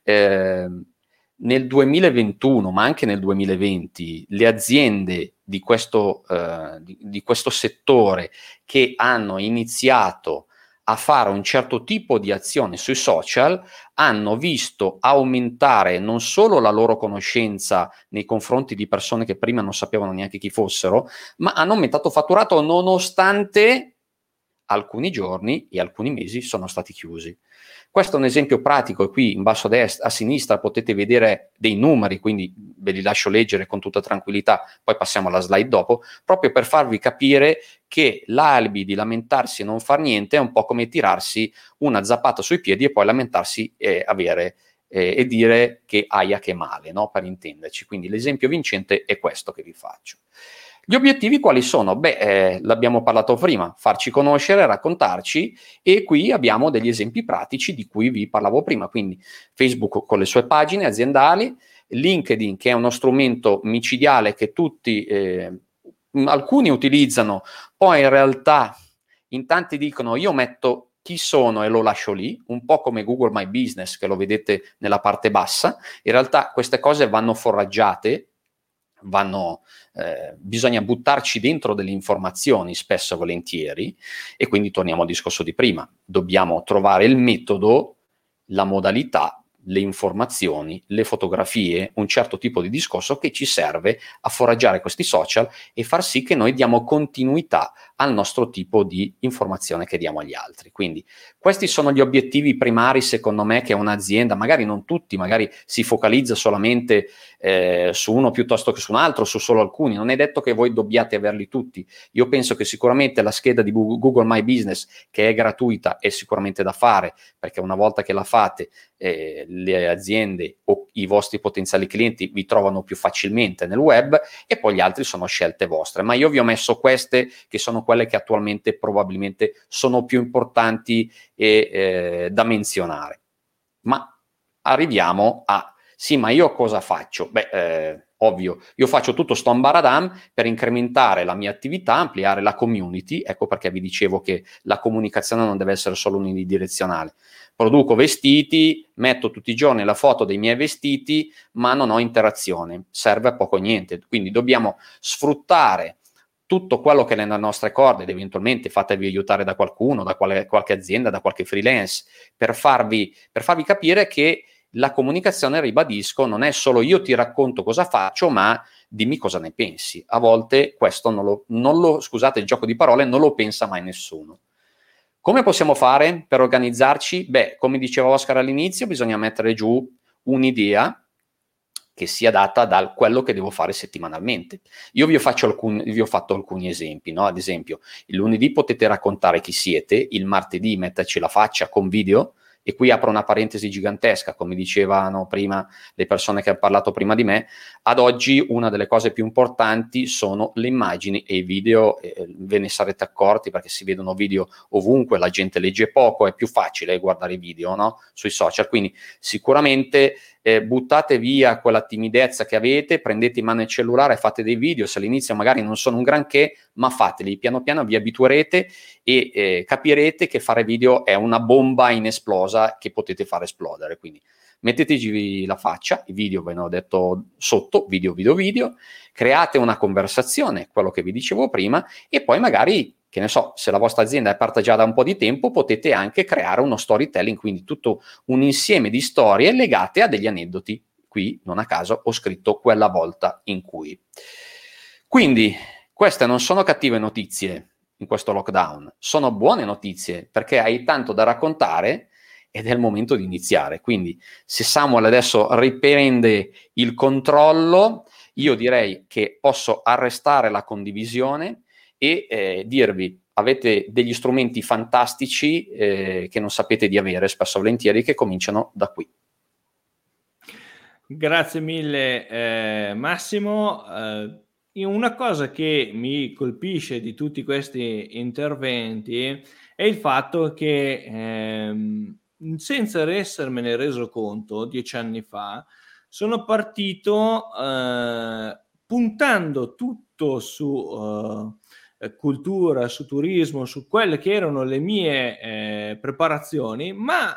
nel 2021, ma anche nel 2020, le aziende di questo settore che hanno iniziato a fare un certo tipo di azione sui social hanno visto aumentare non solo la loro conoscenza nei confronti di persone che prima non sapevano neanche chi fossero, ma hanno aumentato fatturato nonostante alcuni giorni e alcuni mesi sono stati chiusi. Questo è un esempio pratico, e qui in basso a sinistra potete vedere dei numeri, quindi ve li lascio leggere con tutta tranquillità, poi passiamo alla slide dopo, proprio per farvi capire che l'alibi di lamentarsi e non far niente è un po' come tirarsi una zappata sui piedi e poi lamentarsi e dire che aia che male, no? Per intenderci. Quindi l'esempio vincente è questo che vi faccio. Gli obiettivi quali sono? L'abbiamo parlato prima, farci conoscere, raccontarci, e qui abbiamo degli esempi pratici di cui vi parlavo prima, quindi Facebook con le sue pagine aziendali, LinkedIn che è uno strumento micidiale che tutti, alcuni utilizzano, poi in realtà in tanti dicono io metto chi sono e lo lascio lì, un po' come Google My Business che lo vedete nella parte bassa. In realtà queste cose vanno foraggiate, bisogna buttarci dentro delle informazioni spesso e volentieri, e quindi torniamo al discorso di prima, dobbiamo trovare il metodo, la modalità, le informazioni, le fotografie, un certo tipo di discorso che ci serve a foraggiare questi social e far sì che noi diamo continuità al nostro tipo di informazione che diamo agli altri. Quindi questi sono gli obiettivi primari, secondo me, che un'azienda, magari non tutti, magari si focalizza solamente su uno piuttosto che su un altro, su solo alcuni, non è detto che voi dobbiate averli tutti. Io penso che sicuramente la scheda di Google My Business, che è gratuita, è sicuramente da fare, perché una volta che la fate le aziende o i vostri potenziali clienti vi trovano più facilmente nel web, e poi gli altri sono scelte vostre, ma io vi ho messo queste che sono quelle che attualmente probabilmente sono più importanti e da menzionare. Ma arriviamo a sì, ma io cosa faccio? Ovvio, io faccio tutto sto ambaradam per incrementare la mia attività, ampliare la community. Ecco perché vi dicevo che la comunicazione non deve essere solo unidirezionale. Produco vestiti, metto tutti i giorni la foto dei miei vestiti, ma non ho interazione, serve a poco o niente. Quindi dobbiamo sfruttare tutto quello che è nelle nostre corde, ed eventualmente fatevi aiutare da qualcuno, da qualche azienda, da qualche freelance, per farvi capire che la comunicazione, ribadisco, non è solo io ti racconto cosa faccio, ma dimmi cosa ne pensi. A volte questo scusate il gioco di parole, non lo pensa mai nessuno. Come possiamo fare per organizzarci? Come diceva Oscar all'inizio, bisogna mettere giù un'idea che sia adatta da quello che devo fare settimanalmente. Io vi ho fatto alcuni esempi, no? Ad esempio, il lunedì potete raccontare chi siete, il martedì metterci la faccia con video. E qui apro una parentesi gigantesca, come dicevano prima le persone che hanno parlato prima di me, ad oggi una delle cose più importanti sono le immagini e i video, ve ne sarete accorti perché si vedono video ovunque, la gente legge poco, è più facile guardare i video, no? Sui social, quindi sicuramente buttate via quella timidezza che avete, prendete in mano il cellulare e fate dei video. Se all'inizio magari non sono un granché, ma fateli, piano piano vi abituerete e capirete che fare video è una bomba inesplosa che potete far esplodere. Quindi metteteci la faccia, i video ve ne ho detto sotto, video, create una conversazione, quello che vi dicevo prima, e poi magari, che ne so, se la vostra azienda è aperta già da un po' di tempo, potete anche creare uno storytelling, quindi tutto un insieme di storie legate a degli aneddoti. Qui, non a caso, ho scritto quella volta in cui. Quindi, queste non sono cattive notizie in questo lockdown, sono buone notizie perché hai tanto da raccontare ed è il momento di iniziare. Quindi, se Samuel adesso riprende il controllo, io direi che posso arrestare la condivisione e dirvi: avete degli strumenti fantastici che non sapete di avere spesso e volentieri, che cominciano da qui. Grazie mille Massimo. Una cosa che mi colpisce di tutti questi interventi è il fatto che senza essermene reso conto 10 anni fa sono partito puntando tutto su cultura, su turismo, su quelle che erano le mie preparazioni, ma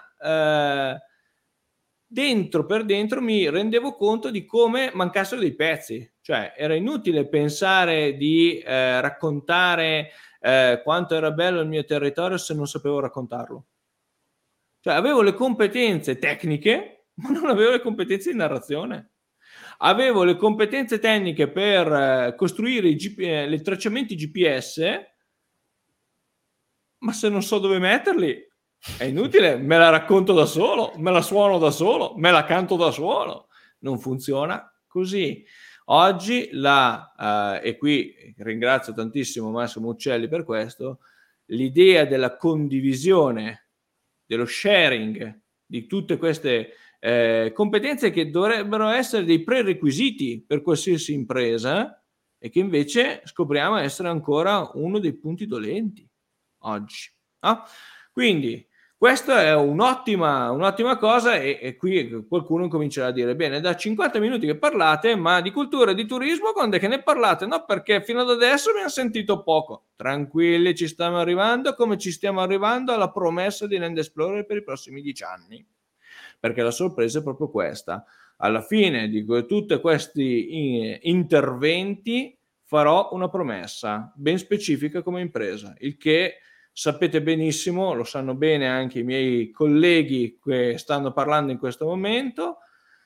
per dentro mi rendevo conto di come mancassero dei pezzi. Cioè era inutile pensare di raccontare quanto era bello il mio territorio se non sapevo raccontarlo. Cioè avevo le competenze tecniche, ma non avevo le competenze di narrazione. Avevo le competenze tecniche per costruire i tracciamenti GPS, ma se non so dove metterli è inutile, me la racconto da solo, me la suono da solo, me la canto da solo. Non funziona così. Oggi e qui ringrazio tantissimo Massimo Uccelli per questo, l'idea della condivisione, dello sharing di tutte queste competenze che dovrebbero essere dei prerequisiti per qualsiasi impresa e che invece scopriamo essere ancora uno dei punti dolenti oggi. No? Quindi questa è un'ottima cosa e qui qualcuno comincerà a dire bene, da 50 minuti che parlate, ma di cultura e di turismo quando è che ne parlate? No, perché fino ad adesso abbiamo sentito poco. Tranquilli, ci stiamo arrivando come ci stiamo arrivando alla promessa di Land Explorer per i prossimi 10 anni. Perché la sorpresa è proprio questa. Alla fine di tutti questi interventi farò una promessa ben specifica come impresa, il che sapete benissimo, lo sanno bene anche i miei colleghi che stanno parlando in questo momento,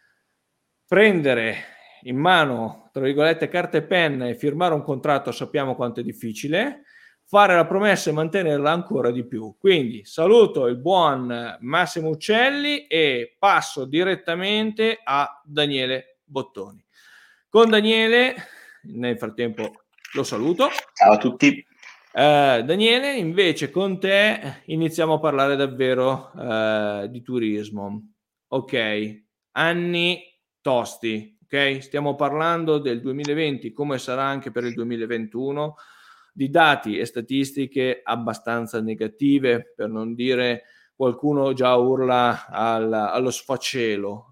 prendere in mano, tra virgolette, carta e penna e firmare un contratto sappiamo quanto è difficile, fare la promessa e mantenerla ancora di più. Quindi saluto il buon Massimo Uccelli e passo direttamente a Daniele Bottoni. Con Daniele, nel frattempo lo saluto. Ciao a tutti. Daniele, invece con te iniziamo a parlare davvero di turismo. Ok, anni tosti, ok? Stiamo parlando del 2020, come sarà anche per il 2021, di dati e statistiche abbastanza negative, per non dire qualcuno già urla allo sfacelo.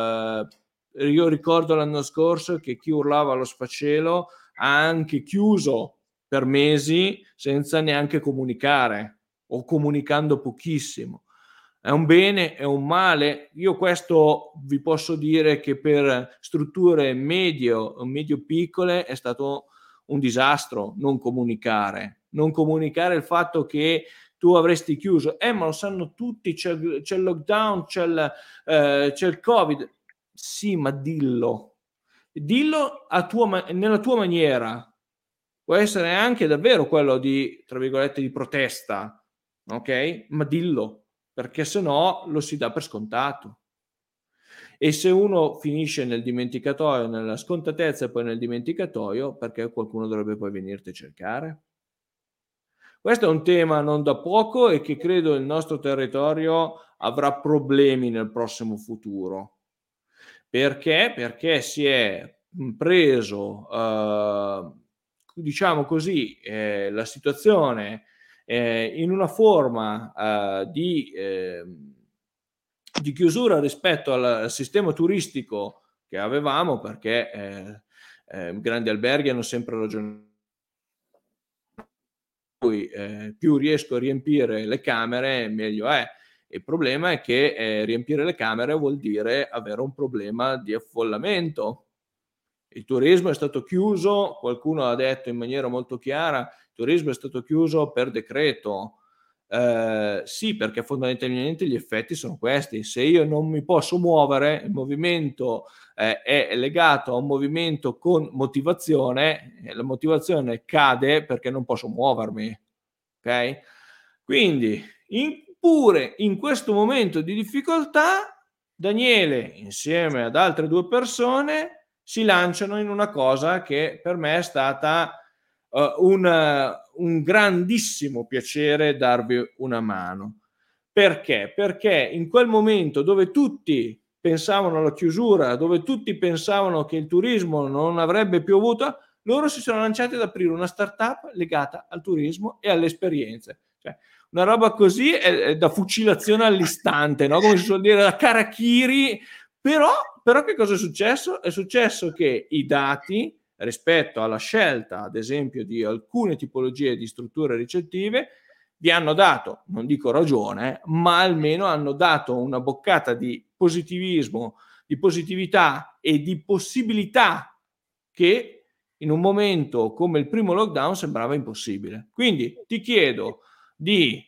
Io ricordo l'anno scorso che chi urlava allo sfacelo ha anche chiuso per mesi senza neanche comunicare o comunicando pochissimo. È un bene, è un male? Io questo vi posso dire che per strutture medio piccole è stato un disastro non comunicare il fatto che tu avresti chiuso, ma lo sanno tutti, c'è il lockdown, c'è il Covid. Sì, ma dillo nella tua maniera. Può essere anche davvero quello di, tra virgolette, di protesta, ok? Ma dillo, perché se no lo si dà per scontato. E se uno finisce nel dimenticatoio, nella scontatezza e poi nel dimenticatoio, perché qualcuno dovrebbe poi venirti a cercare? Questo è un tema non da poco e che credo il nostro territorio avrà problemi nel prossimo futuro. Perché? Perché si è preso, diciamo così, la situazione in una forma di chiusura rispetto al sistema turistico che avevamo, perché grandi alberghi hanno sempre ragione. Più riesco a riempire le camere meglio è. Il problema è che riempire le camere vuol dire avere un problema di affollamento. Il turismo è stato chiuso, qualcuno ha detto in maniera molto chiara, il turismo è stato chiuso per decreto. Sì, perché fondamentalmente gli effetti sono questi. Se io non mi posso muovere, il movimento è legato a un movimento con motivazione, la motivazione cade perché non posso muovermi, ok? Quindi pure in questo momento di difficoltà Daniele insieme ad altre 2 persone si lanciano in una cosa che per me è stata un grandissimo piacere darvi una mano. Perché? Perché in quel momento dove tutti pensavano alla chiusura, dove tutti pensavano che il turismo non avrebbe più avuto, loro si sono lanciati ad aprire una startup legata al turismo e alle esperienze. Cioè, una roba così è da fucilazione all'istante, no? Come si suol dire, da Karakiri. Però che cosa è successo? È successo che i dati rispetto alla scelta, ad esempio, di alcune tipologie di strutture ricettive, vi hanno dato, non dico ragione, ma almeno hanno dato una boccata di positivismo, di positività e di possibilità che in un momento come il primo lockdown sembrava impossibile. Quindi ti chiedo di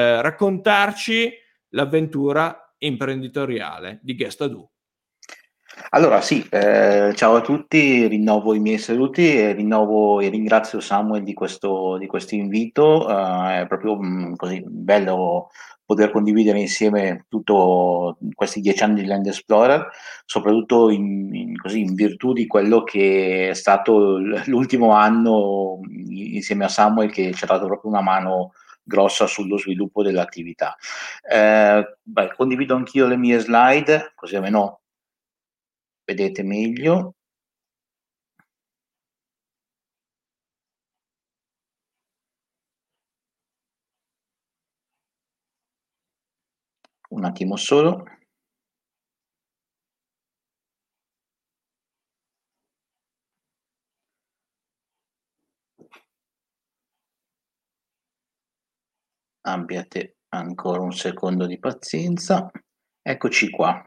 raccontarci l'avventura imprenditoriale di Guestadoo. Allora sì, ciao a tutti, rinnovo i miei saluti e rinnovo e ringrazio Samuel di questo invito, è proprio così bello poter condividere insieme tutto questi 10 anni di Land Explorer, soprattutto così, in virtù di quello che è stato l'ultimo anno insieme a Samuel, che ci ha dato proprio una mano grossa sullo sviluppo dell'attività. Condivido anch'io le mie slide, così almeno vedete meglio. Un attimo solo. Abbiate ancora un secondo di pazienza. Eccoci qua.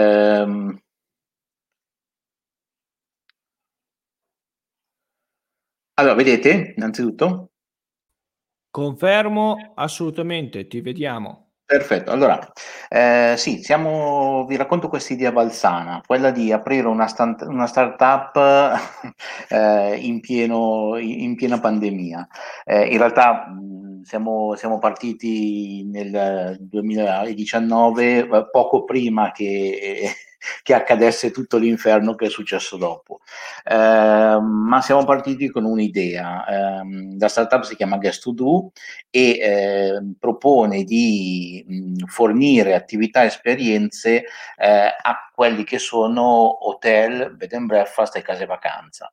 Allora, vedete, innanzitutto? Confermo, assolutamente, ti vediamo. Perfetto, allora, sì, vi racconto questa idea balzana, quella di aprire una startup in piena pandemia. In realtà siamo partiti nel 2019, poco prima che accadesse tutto l'inferno che è successo dopo. Ma siamo partiti con un'idea. La startup si chiama Guess2Do e propone di fornire attività e esperienze a quelli che sono hotel, bed and breakfast e case vacanza.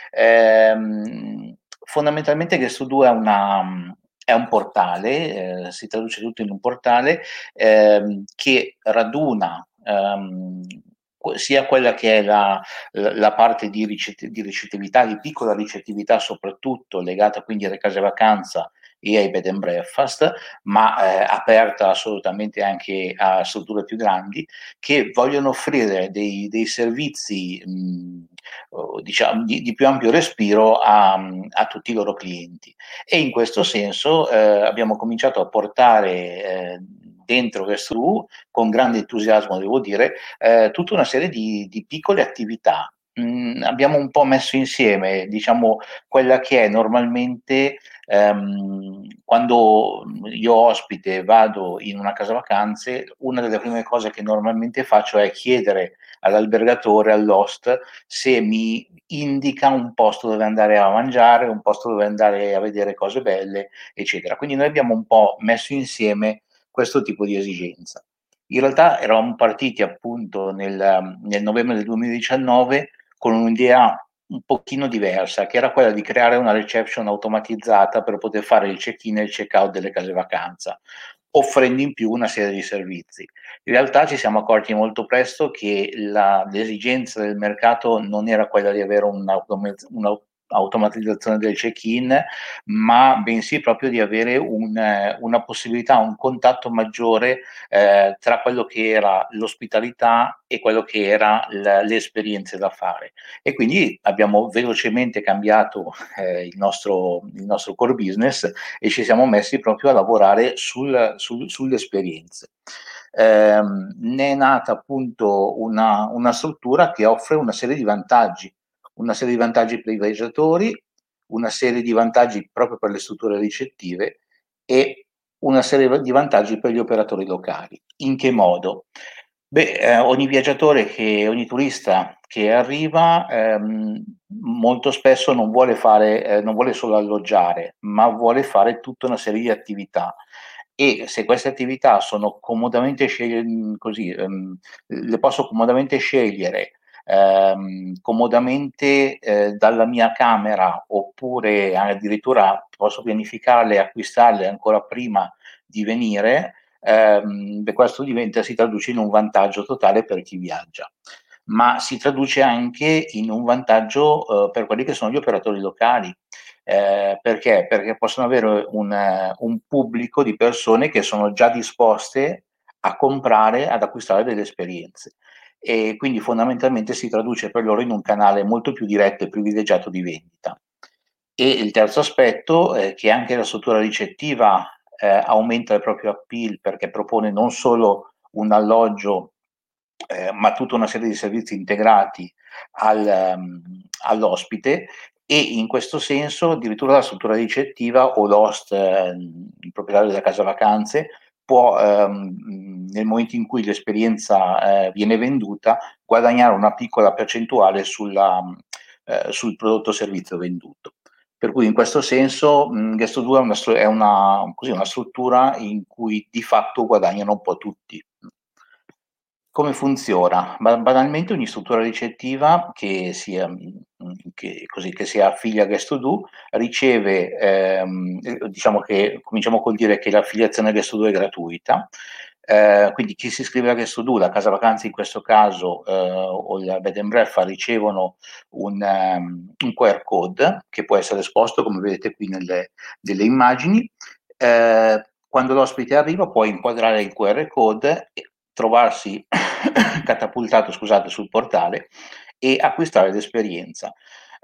Fondamentalmente Guess2Do è un portale, si traduce tutto in un portale che raduna sia quella che è la parte di ricettività, di piccola ricettività, soprattutto legata quindi alle case vacanza e ai bed and breakfast, ma aperta assolutamente anche a strutture più grandi che vogliono offrire dei servizi diciamo di più ampio respiro a tutti i loro clienti. E in questo senso abbiamo cominciato a portare dentro Guess2Do, con grande entusiasmo devo dire, tutta una serie di piccole attività. Abbiamo un po' messo insieme, diciamo, quella che è normalmente quando io ospite vado in una casa vacanze, una delle prime cose che normalmente faccio è chiedere all'albergatore, all'host, se mi indica un posto dove andare a mangiare, un posto dove andare a vedere cose belle, eccetera. Quindi noi abbiamo un po' messo insieme questo tipo di esigenza. In realtà eravamo partiti appunto nel novembre del 2019 con un'idea un pochino diversa, che era quella di creare una reception automatizzata per poter fare il check-in e il check-out delle case vacanza, offrendo in più una serie di servizi. In realtà ci siamo accorti molto presto che l'esigenza del mercato non era quella di avere un'automatizzazione del check-in, ma bensì proprio di avere una possibilità, un contatto maggiore tra quello che era l'ospitalità e quello che era le esperienze da fare. E quindi abbiamo velocemente cambiato il nostro core business e ci siamo messi proprio a lavorare sulle esperienze. Ne è nata appunto una struttura che offre una serie di vantaggi per i viaggiatori, una serie di vantaggi proprio per le strutture ricettive e una serie di vantaggi per gli operatori locali. In che modo? Ogni viaggiatore, ogni turista che arriva molto spesso non vuole solo alloggiare, ma vuole fare tutta una serie di attività. E se queste attività sono comodamente le posso comodamente scegliere comodamente dalla mia camera, oppure addirittura posso pianificarle e acquistarle ancora prima di venire, questo si traduce in un vantaggio totale per chi viaggia, ma si traduce anche in un vantaggio per quelli che sono gli operatori locali. Perché? Perché possono avere un pubblico di persone che sono già disposte a comprare, ad acquistare delle esperienze, e quindi fondamentalmente si traduce per loro in un canale molto più diretto e privilegiato di vendita. E il terzo aspetto è che anche la struttura ricettiva aumenta il proprio appeal, perché propone non solo un alloggio ma tutta una serie di servizi integrati all'ospite, e in questo senso addirittura la struttura ricettiva o l'host, il proprietario della casa vacanze, può, nel momento in cui l'esperienza viene venduta, guadagnare una piccola percentuale sul prodotto o servizio venduto. Per cui in questo senso Guest2 è una struttura in cui di fatto guadagnano un po' tutti. Come funziona? Banalmente ogni struttura ricettiva che si affiglia a Guest2 riceve, diciamo che cominciamo col dire che l'affiliazione a Guest2 è gratuita, quindi chi si iscrive a Guest2, la casa vacanze in questo caso, o il bed and breakfast, ricevono un QR code che può essere esposto, come vedete qui delle immagini. Quando l'ospite arriva può inquadrare il QR code e trovarsi catapultato, sul portale e acquistare l'esperienza.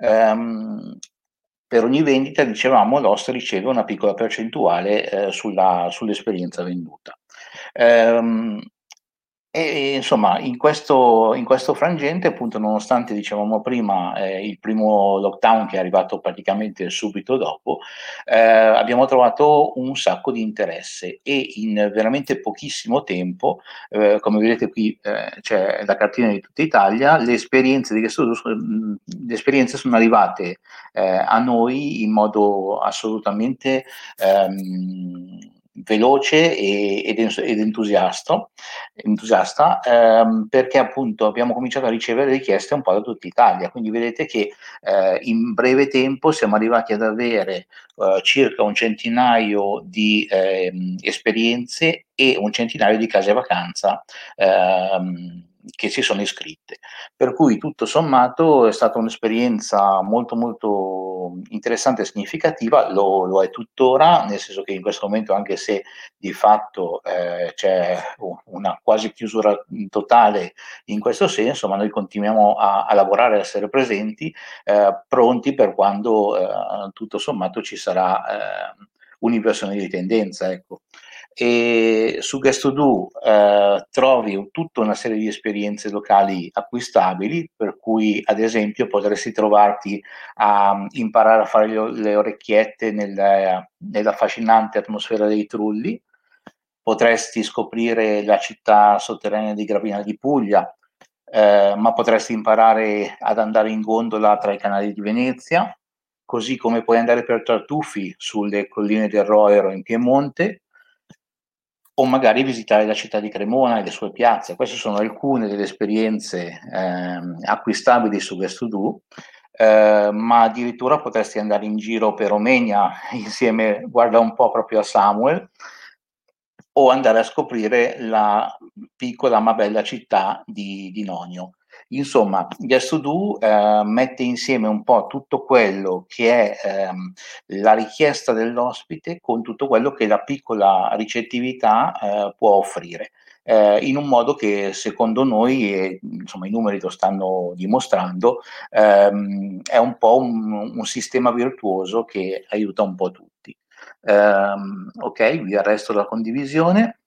Per ogni vendita, dicevamo, l'host riceve una piccola percentuale sull'esperienza venduta. E insomma, in questo frangente, appunto, nonostante, dicevamo prima, il primo lockdown che è arrivato praticamente subito dopo, abbiamo trovato un sacco di interesse, e in veramente pochissimo tempo, come vedete qui, c'è la cartina di tutta Italia, le esperienze sono arrivate a noi in modo assolutamente veloce ed entusiasta, perché appunto abbiamo cominciato a ricevere richieste un po' da tutta Italia. Quindi vedete che in breve tempo siamo arrivati ad avere circa un centinaio di esperienze e un centinaio di case vacanza che si sono iscritte, per cui tutto sommato è stata un'esperienza molto molto interessante e significativa. Lo è tuttora, nel senso che in questo momento, anche se di fatto c'è una quasi chiusura totale in questo senso, ma noi continuiamo a lavorare, a essere presenti, pronti per quando tutto sommato ci sarà un'inversione di tendenza, ecco. E su Guest2 trovi tutta una serie di esperienze locali acquistabili, per cui ad esempio potresti trovarti a imparare a fare le orecchiette nella affascinante atmosfera dei Trulli, potresti scoprire la città sotterranea di Gravina di Puglia, ma potresti imparare ad andare in gondola tra i canali di Venezia, così come puoi andare per tartufi sulle colline del Roero in Piemonte, o magari visitare la città di Cremona e le sue piazze. Queste sono alcune delle esperienze acquistabili su Guest2, ma addirittura potresti andare in giro per Romegna insieme, guarda un po', proprio a Samuel, o andare a scoprire la piccola ma bella città di Nonio. Insomma, Guest2 mette insieme un po' tutto quello che è la richiesta dell'ospite con tutto quello che la piccola ricettività può offrire, in un modo che secondo noi, e insomma i numeri lo stanno dimostrando, è un po' un sistema virtuoso che aiuta un po' tutti. Ok, vi arresto la condivisione.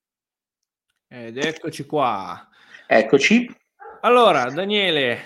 Ed eccoci qua. Eccoci. Allora, Daniele,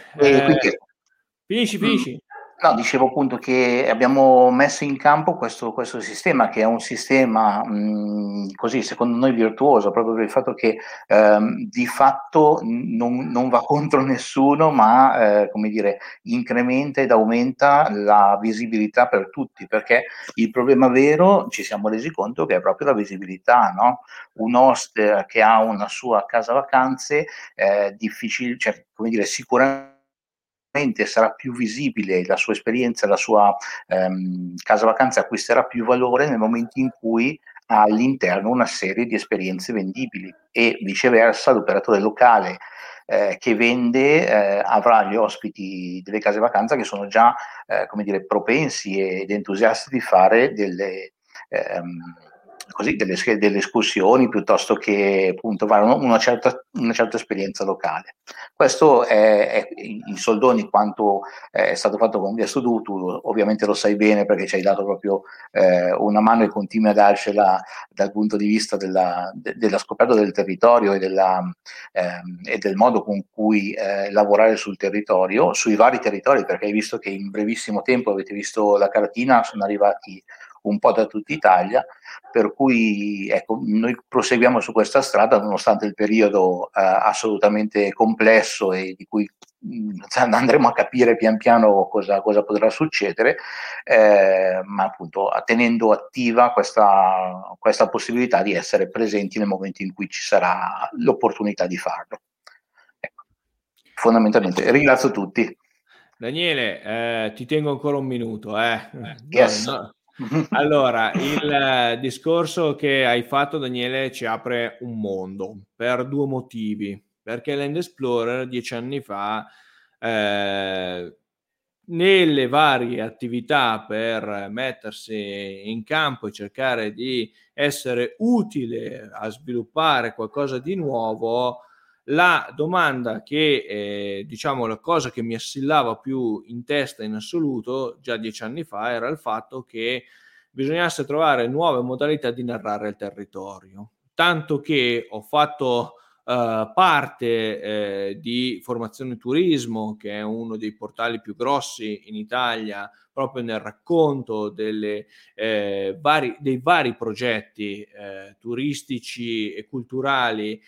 finisci. No, dicevo appunto che abbiamo messo in campo questo sistema, che è un sistema così, secondo noi, virtuoso, proprio per il fatto che di fatto non va contro nessuno, ma come dire, incrementa ed aumenta la visibilità per tutti, perché il problema vero, ci siamo resi conto, che è proprio la visibilità, no? Un host che ha una sua casa vacanze difficile, cioè, come dire, sicuramente sarà più visibile la sua esperienza, la sua casa vacanze acquisterà più valore nel momento in cui ha all'interno una serie di esperienze vendibili, e viceversa l'operatore locale che vende avrà gli ospiti delle case vacanza che sono già come dire, propensi ed entusiasti di fare così delle escursioni, piuttosto che appunto fare una certa esperienza locale. Questo è in soldoni quanto è stato fatto con Gesto Tu ovviamente lo sai bene, perché ci hai dato proprio una mano e continui a darcela dal punto di vista della scoperta del territorio e del modo con cui lavorare sul territorio, sui vari territori, perché hai visto che in brevissimo tempo, avete visto la cartina, sono arrivati un po' da tutta Italia, per cui ecco, noi proseguiamo su questa strada nonostante il periodo assolutamente complesso e di cui andremo a capire pian piano cosa potrà succedere, ma appunto tenendo attiva questa possibilità di essere presenti nel momento in cui ci sarà l'opportunità di farlo. Ecco. Fondamentalmente ringrazio tutti. Daniele, ti tengo ancora un minuto. Yes. No. Allora, il discorso che hai fatto, Daniele, ci apre un mondo per due motivi. Perché Land Explorer 10 anni fa, nelle varie attività per mettersi in campo e cercare di essere utile a sviluppare qualcosa di nuovo, la domanda che, diciamo, la cosa che mi assillava più in testa in assoluto già 10 anni fa era il fatto che bisognasse trovare nuove modalità di narrare il territorio. Tanto che ho fatto parte di Formazione Turismo, che è uno dei portali più grossi in Italia, proprio nel racconto dei vari progetti turistici e culturali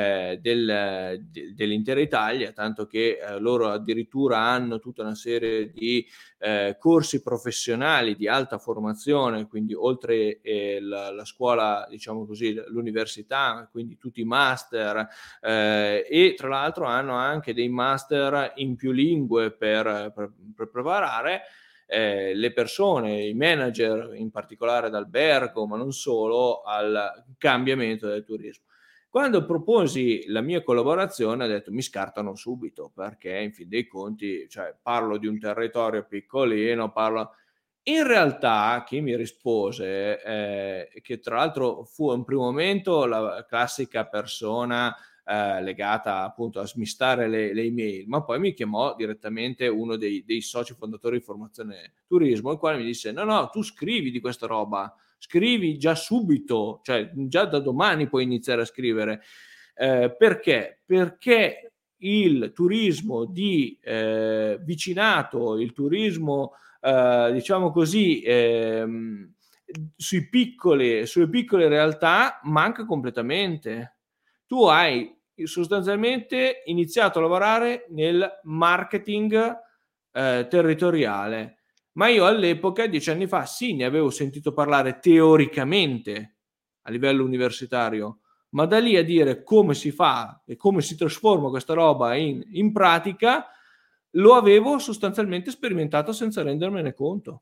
dell'intera Italia, tanto che loro addirittura hanno tutta una serie di corsi professionali di alta formazione, quindi oltre la scuola, diciamo così, l'università, quindi tutti i master, e tra l'altro hanno anche dei master in più lingue per preparare le persone, i manager in particolare d'albergo, ma non solo, al cambiamento del turismo. Quando proposi la mia collaborazione, ho detto mi scartano subito, perché in fin dei conti, cioè, parlo di un territorio piccolino, In realtà chi mi rispose, che tra l'altro fu in primo momento la classica persona legata appunto a smistare le email, ma poi mi chiamò direttamente uno dei soci fondatori di Formazione Turismo, il quale mi disse no, tu scrivi di questa roba, scrivi già subito, cioè già da domani puoi iniziare a scrivere. Perché? Perché il turismo di vicinato, il turismo diciamo così sulle piccole realtà manca completamente. Tu hai sostanzialmente iniziato a lavorare nel marketing territoriale, ma io all'epoca, 10 anni fa, sì, ne avevo sentito parlare teoricamente a livello universitario, ma da lì a dire come si fa e come si trasforma questa roba in pratica, lo avevo sostanzialmente sperimentato senza rendermene conto.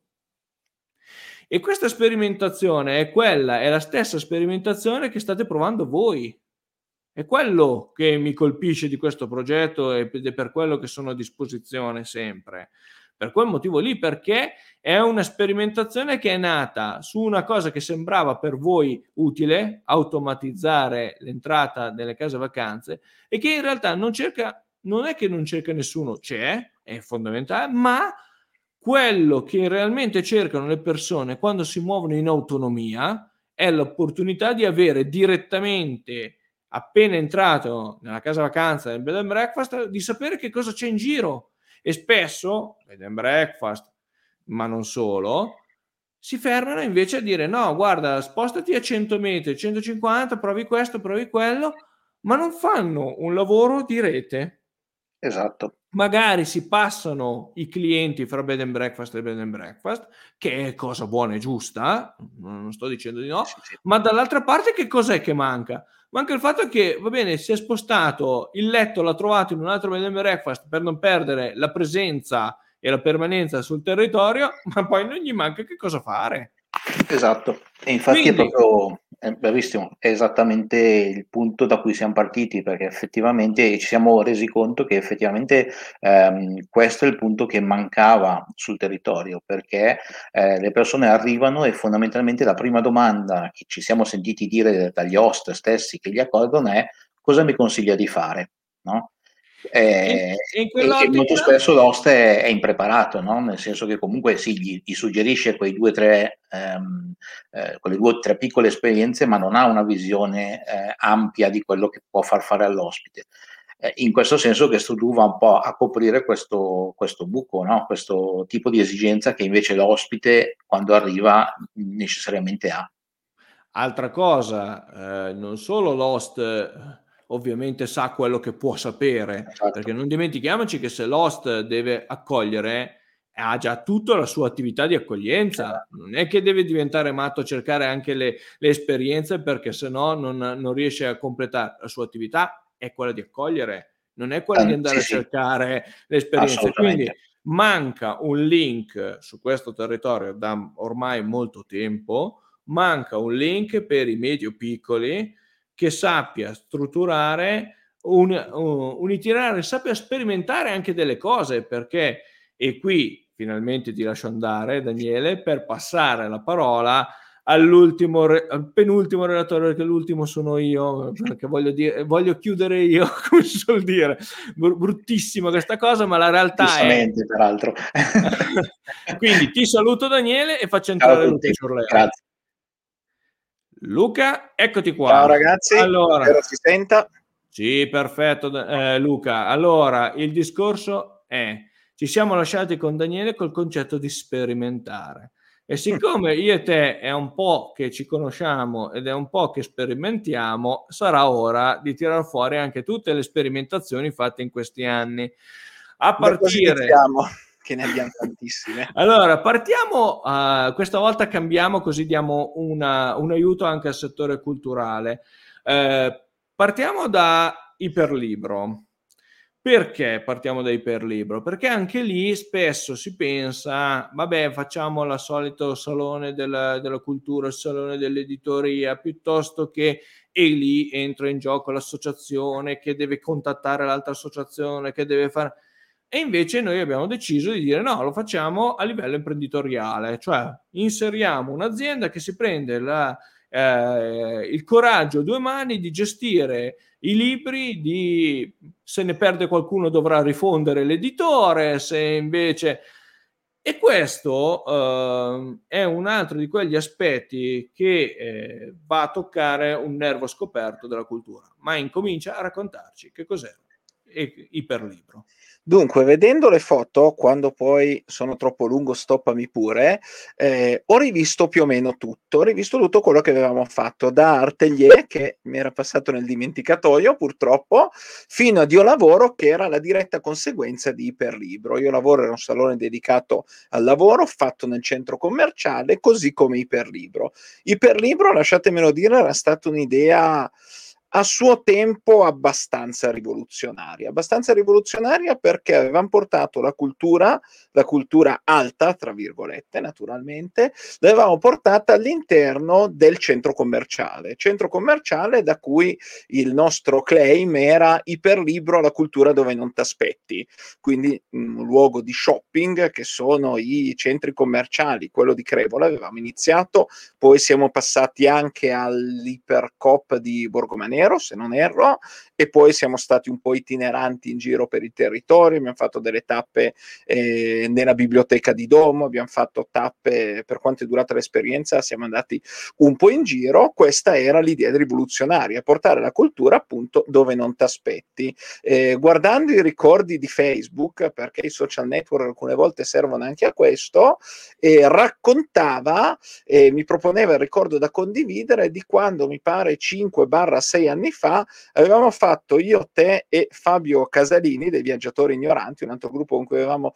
E questa sperimentazione è la stessa sperimentazione che state provando voi. È quello che mi colpisce di questo progetto ed è per quello che sono a disposizione sempre. Per quel motivo lì, perché è una sperimentazione che è nata su una cosa che sembrava per voi utile, automatizzare l'entrata nelle case vacanze, e che in realtà non è che non cerca nessuno, è fondamentale, ma quello che realmente cercano le persone quando si muovono in autonomia è l'opportunità di avere direttamente, appena entrato nella casa vacanza del bed and breakfast, di sapere che cosa c'è in giro. E spesso bed and breakfast, ma non solo, si fermano invece a dire no, guarda, spostati a 100 metri, 150, provi questo, provi quello, ma non fanno un lavoro di rete. Esatto. Magari si passano i clienti fra bed and breakfast e bed and breakfast, che è cosa buona e giusta, non sto dicendo di no, sì. Ma dall'altra parte che cos'è che manca? Manca il fatto che, va bene, si è spostato, il letto l'ha trovato in un altro bed and breakfast per non perdere la presenza e la permanenza sul territorio, ma poi non gli manca che cosa fare. Esatto, e infatti Quindi, è proprio è bravissimo, è esattamente il punto da cui siamo partiti, perché effettivamente ci siamo resi conto che effettivamente questo è il punto che mancava sul territorio, perché le persone arrivano e fondamentalmente la prima domanda che ci siamo sentiti dire dagli host stessi che li accolgono è: cosa mi consiglia di fare? No? in E molto quell'ottica, spesso l'host è impreparato, no? Nel senso che comunque sì, gli suggerisce quei quelle 2 o 3 piccole esperienze, ma non ha una visione ampia di quello che può far fare all'ospite. In questo senso questo tu va un po' a coprire questo buco, no? Questo tipo di esigenza che invece l'ospite quando arriva necessariamente ha. altra cosa, non solo l'host ovviamente sa quello che può sapere, Esatto. perché non dimentichiamoci che se l'host deve accogliere ha già tutta la sua attività di accoglienza, non è che deve diventare matto a cercare anche le esperienze, perché se no non riesce a completare. La sua attività è quella di accogliere, non è quella di andare Sì, a cercare le esperienze. Quindi assolutamente. manca un link su questo territorio da ormai molto tempo, manca un link per i medio-piccoli che sappia strutturare un itinerario, sappia sperimentare anche delle cose, perché, e qui finalmente ti lascio andare, Daniele, per passare la parola al penultimo relatore, perché l'ultimo sono io, perché voglio chiudere io, come si suol dire. Bruttissima questa cosa, ma la realtà è... Giustamente, peraltro. Quindi ti saluto, Daniele, e faccio Ciao a entrare Luca tutti, Ciurleo. grazie. Luca, eccoti qua. Ciao ragazzi, allora, spero si senta. sì, perfetto, Luca. Allora, il discorso è: ci siamo lasciati con Daniele col concetto di sperimentare. E siccome io e te è un po' che ci conosciamo ed è un po' che sperimentiamo, sarà ora di tirar fuori anche tutte le sperimentazioni fatte in questi anni. A Da cosa partire... iniziamo? Che ne abbiamo tantissime. Allora, partiamo, questa volta cambiamo, così diamo un aiuto anche al settore culturale. Partiamo da Iperlibro. Perché partiamo da Iperlibro? Perché anche lì spesso si pensa, vabbè, facciamo il solito salone della cultura, il salone dell'editoria, piuttosto che, e lì entra in gioco l'associazione che deve contattare l'altra associazione, che deve fare... E invece noi abbiamo deciso di dire no, lo facciamo a livello imprenditoriale, cioè inseriamo un'azienda che si prende il coraggio a 2 mani di gestire i libri, se ne perde qualcuno dovrà rifondere l'editore, se invece... E questo è un altro di quegli aspetti che va a toccare un nervo scoperto della cultura. Ma incomincia a raccontarci che cos'è Iperlibro. Dunque, vedendo le foto, quando poi sono troppo lungo, stoppami pure, ho rivisto più o meno tutto. Ho rivisto tutto quello che avevamo fatto da Artelier, che mi era passato nel dimenticatoio purtroppo, fino a Io Lavoro, che era la diretta conseguenza di Iperlibro. Io Lavoro era un salone dedicato al lavoro, fatto nel centro commerciale, così come Iperlibro. Iperlibro, lasciatemelo dire, era stata un'idea a suo tempo abbastanza rivoluzionaria perché avevamo portato la cultura alta, tra virgolette, naturalmente, l'avevamo portata all'interno del centro commerciale da cui il nostro claim era Iperlibro, la cultura dove non t'aspetti, quindi un luogo di shopping che sono i centri commerciali. Quello di Crevola avevamo iniziato, poi siamo passati anche all'Ipercoop di Borgomanero, se non erro, e poi siamo stati un po' itineranti in giro per il territorio. Abbiamo fatto delle tappe nella biblioteca di Domo, abbiamo fatto tappe, per quanto è durata l'esperienza siamo andati un po' in giro. Questa era l'idea rivoluzionaria, portare la cultura appunto dove non t'aspetti. Guardando i ricordi di Facebook, perché i social network alcune volte servono anche a questo, raccontava, mi proponeva il ricordo da condividere di quando, mi pare 5-6 anni fa, avevamo fatto io, te e Fabio Casalini dei Viaggiatori Ignoranti, un altro gruppo con cui avevamo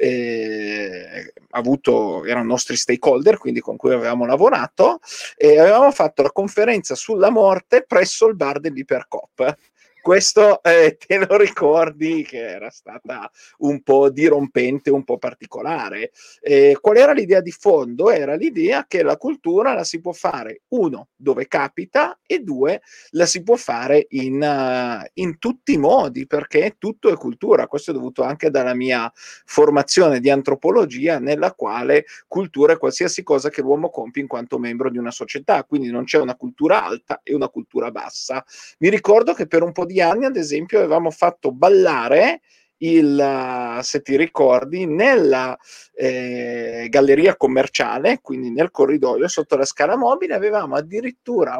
erano nostri stakeholder, quindi con cui avevamo lavorato, e avevamo fatto la conferenza sulla morte presso il bar dell'Ipercoop. questo te lo ricordi che era stata un po' dirompente, un po' particolare. Qual era l'idea di fondo? Era l'idea che la cultura la si può fare, uno, dove capita, e due, la si può fare in tutti i modi, perché tutto è cultura. Questo è dovuto anche dalla mia formazione di antropologia, nella quale cultura è qualsiasi cosa che l'uomo compie in quanto membro di una società, quindi non c'è una cultura alta e una cultura bassa. Mi ricordo che per un po' di anni, ad esempio, avevamo fatto ballare se ti ricordi, nella galleria commerciale, quindi nel corridoio sotto la scala mobile, avevamo addirittura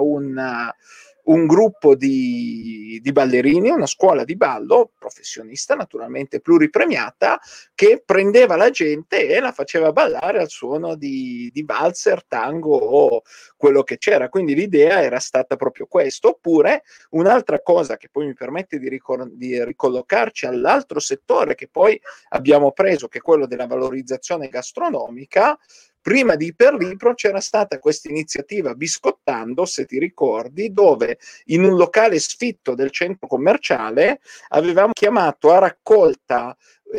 un gruppo di ballerini, una scuola di ballo professionista, naturalmente pluripremiata, che prendeva la gente e la faceva ballare al suono di valzer, tango o quello che c'era. Quindi l'idea era stata proprio questo. Oppure un'altra cosa che poi mi permette di ricollocarci all'altro settore che poi abbiamo preso, che è quello della valorizzazione gastronomica. Prima di Iperlibro c'era stata questa iniziativa Biscottando, se ti ricordi, dove in un locale sfitto del centro commerciale avevamo chiamato a raccolta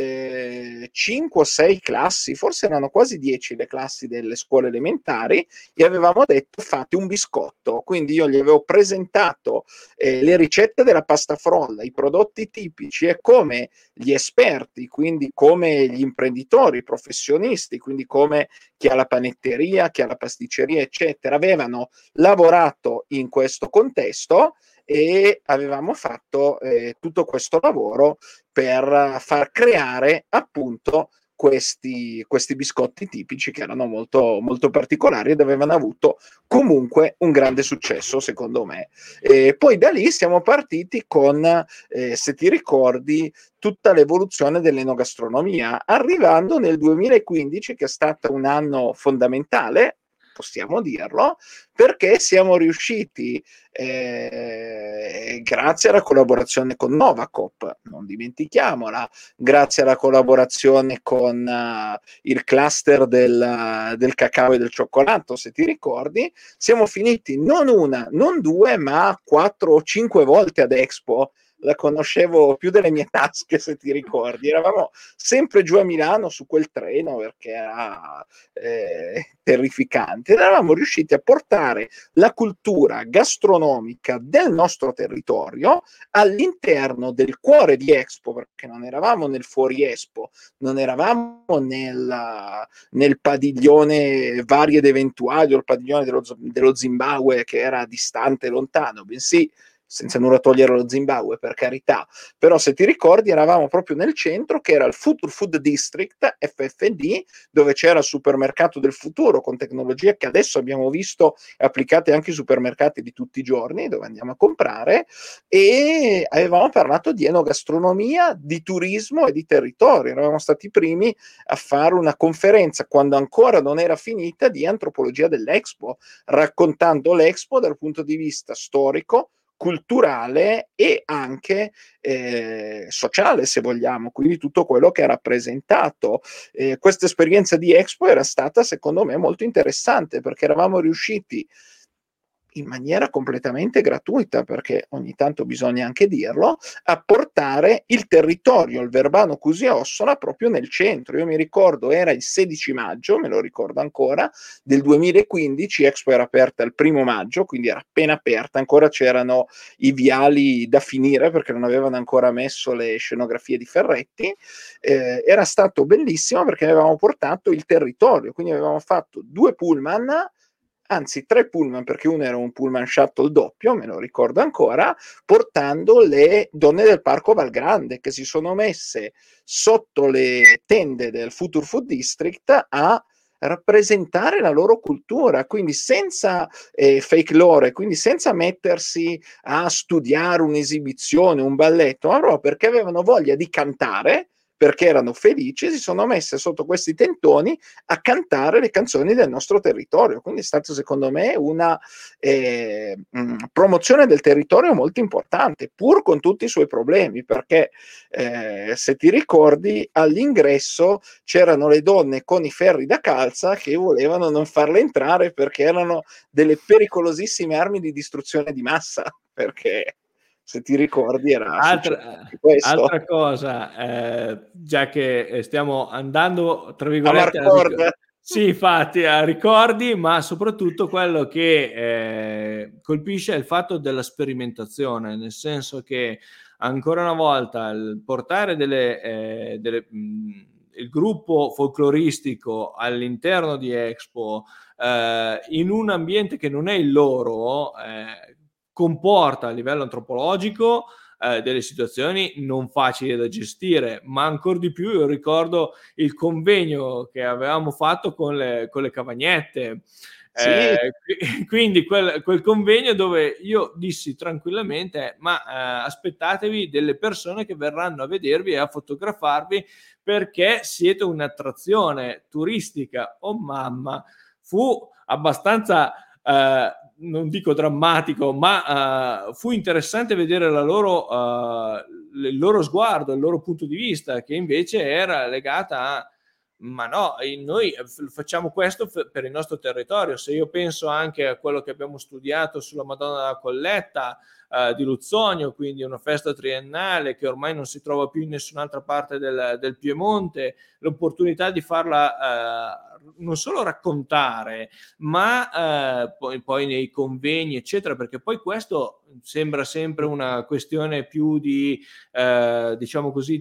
5 o 6 classi, forse erano quasi 10 le classi delle scuole elementari, e avevamo detto fate un biscotto. Quindi io gli avevo presentato le ricette della pasta frolla, i prodotti tipici, e come gli esperti, quindi come gli imprenditori, i professionisti, quindi come chi ha la panetteria, chi ha la pasticceria, eccetera, avevano lavorato in questo contesto, e avevamo fatto tutto questo lavoro per far creare appunto questi biscotti tipici, che erano molto, molto particolari ed avevano avuto comunque un grande successo, secondo me. Poi da lì siamo partiti con, se ti ricordi, tutta l'evoluzione dell'enogastronomia, arrivando nel 2015, che è stato un anno fondamentale, possiamo dirlo, perché siamo riusciti, grazie alla collaborazione con Novacop, non dimentichiamola, grazie alla collaborazione con il cluster del cacao e del cioccolato, se ti ricordi, siamo finiti non una, non due, ma 4 o 5 volte ad Expo. La conoscevo più delle mie tasche, se ti ricordi. Eravamo sempre giù a Milano su quel treno, perché era terrificante, ed eravamo riusciti a portare la cultura gastronomica del nostro territorio all'interno del cuore di Expo, perché non eravamo nel fuori Expo, non eravamo nel padiglione vari ed eventuali, o il padiglione dello Zimbabwe, che era distante e lontano, bensì, senza nulla togliere lo Zimbabwe, per carità, però se ti ricordi eravamo proprio nel centro, che era il Future Food District, FFD, dove c'era il supermercato del futuro, con tecnologie che adesso abbiamo visto applicate anche ai supermercati di tutti i giorni, dove andiamo a comprare, e avevamo parlato di enogastronomia, di turismo e di territorio. Eravamo stati i primi a fare una conferenza, quando ancora non era finita, di antropologia dell'Expo, raccontando l'Expo dal punto di vista storico, culturale e anche sociale, se vogliamo, quindi tutto quello che ha rappresentato. Questa esperienza di Expo era stata, secondo me, molto interessante, perché eravamo riusciti in maniera completamente gratuita, perché ogni tanto bisogna anche dirlo, a portare il territorio, il Verbano Cusio-Ossola, proprio nel centro. Io mi ricordo, era il 16 maggio, me lo ricordo ancora, del 2015, Expo era aperta il 1° maggio, quindi era appena aperta, ancora c'erano i viali da finire, perché non avevano ancora messo le scenografie di Ferretti. Era stato bellissimo, perché avevamo portato il territorio, quindi avevamo fatto 2 pullman, anzi 3 pullman, perché uno era un pullman shuttle doppio, me lo ricordo ancora, portando le donne del Parco Valgrande, che si sono messe sotto le tende del Future Food District a rappresentare la loro cultura, quindi senza fake lore, quindi senza mettersi a studiare un'esibizione, un balletto, ma proprio perché avevano voglia di cantare, perché erano felici, si sono messe sotto questi tentoni a cantare le canzoni del nostro territorio. Quindi è stato, secondo me, una promozione del territorio molto importante, pur con tutti i suoi problemi, perché se ti ricordi, all'ingresso c'erano le donne con i ferri da calza che volevano non farle entrare, perché erano delle pericolosissime armi di distruzione di massa, perché se ti ricordi era altra cosa, già che stiamo andando, tra virgolette, sì, infatti, a ricordi, ma soprattutto quello che colpisce è il fatto della sperimentazione, nel senso che ancora una volta il portare il gruppo folcloristico all'interno di Expo in un ambiente che non è il loro comporta a livello antropologico delle situazioni non facili da gestire, ma ancora di più io ricordo il convegno che avevamo fatto con le cavagnette. Sì. Quindi quel convegno dove io dissi tranquillamente aspettatevi delle persone che verranno a vedervi e a fotografarvi perché siete un'attrazione turistica. Oh mamma, fu abbastanza non dico drammatico, ma fu interessante vedere il loro sguardo, il loro punto di vista, che invece era legata a ma no, noi facciamo questo per il nostro territorio. Se io penso anche a quello che abbiamo studiato sulla Madonna della Colletta di Luzzogno, quindi una festa triennale che ormai non si trova più in nessun'altra parte del Piemonte, l'opportunità di farla non solo raccontare, ma poi nei convegni, eccetera, perché poi questo sembra sempre una questione più di, diciamo così,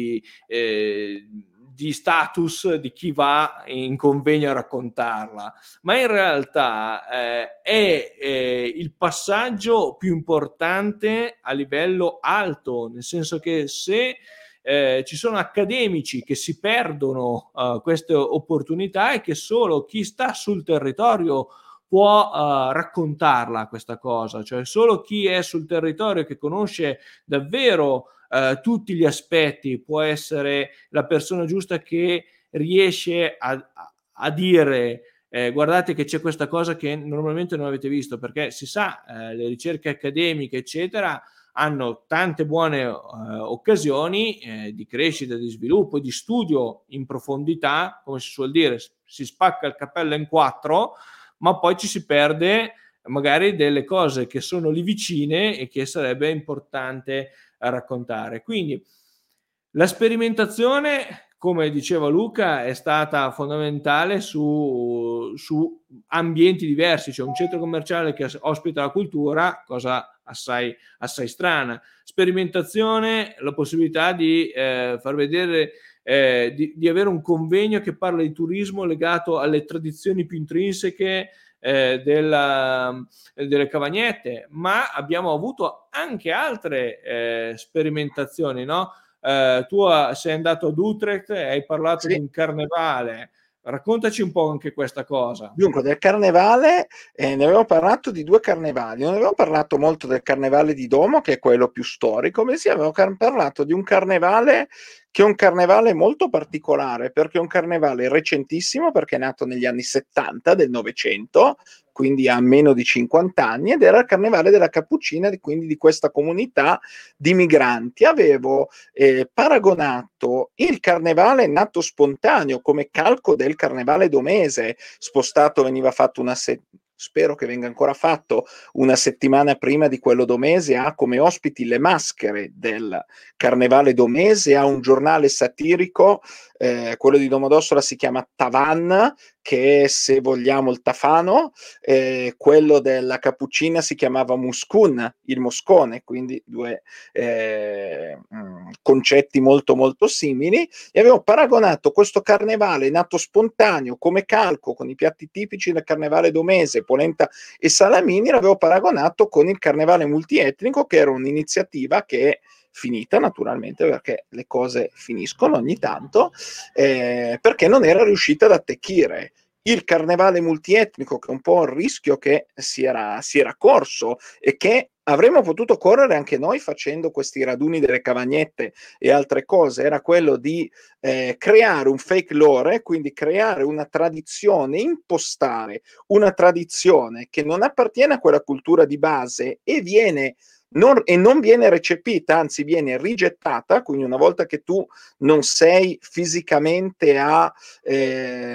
di status di chi va in convegno a raccontarla, ma in realtà è il passaggio più importante a livello alto, nel senso che se ci sono accademici che si perdono queste opportunità e che solo chi sta sul territorio può raccontarla questa cosa, cioè solo chi è sul territorio che conosce davvero tutti gli aspetti può essere la persona giusta che riesce a dire guardate che c'è questa cosa che normalmente non avete visto, perché si sa le ricerche accademiche eccetera hanno tante buone occasioni di crescita, di sviluppo, di studio in profondità, come si suol dire, si spacca il cappello in quattro, ma poi ci si perde magari delle cose che sono lì vicine e che sarebbe importante a raccontare. Quindi la sperimentazione, come diceva Luca, è stata fondamentale su ambienti diversi. C'è un centro commerciale che ospita la cultura, cosa assai strana. Sperimentazione, la possibilità di far vedere di avere un convegno che parla di turismo legato alle tradizioni più intrinseche delle cavagnette, ma abbiamo avuto anche altre sperimentazioni, no? Tu sei andato ad Utrecht e hai parlato di un carnevale. Raccontaci un po' anche questa cosa. Dunque, del carnevale ne avevo parlato di 2 carnevali. Non avevo parlato molto del carnevale di Domo, che è quello più storico, bensì avevo parlato di un carnevale che è un carnevale molto particolare, perché è un carnevale recentissimo, perché è nato negli anni 70 del Novecento, quindi ha meno di 50 anni, ed era il carnevale della Cappuccina, quindi di questa comunità di migranti. Avevo paragonato il carnevale nato spontaneo come calco del carnevale domese, spostato, veniva fatto spero che venga ancora fatto una settimana prima di quello domese, ha come ospiti le maschere del carnevale domese, ha un giornale satirico, quello di Domodossola si chiama Tavan, che è, se vogliamo, il Tafano, quello della Cappuccina si chiamava Muscun, il Moscone, quindi 2 concetti molto molto simili, e avevo paragonato questo carnevale nato spontaneo come calco con i piatti tipici del carnevale domese, polenta e salamini, l'avevo paragonato con il carnevale multietnico, che era un'iniziativa che è finita naturalmente, perché le cose finiscono ogni tanto, perché non era riuscita ad attecchire. Il carnevale multietnico, che è un po' il rischio che si era corso e che avremmo potuto correre anche noi facendo questi raduni delle cavagnette e altre cose, era quello di creare un fake lore, quindi creare una tradizione, impostare una tradizione che non appartiene a quella cultura di base e non viene recepita, anzi viene rigettata, quindi una volta che tu non sei fisicamente a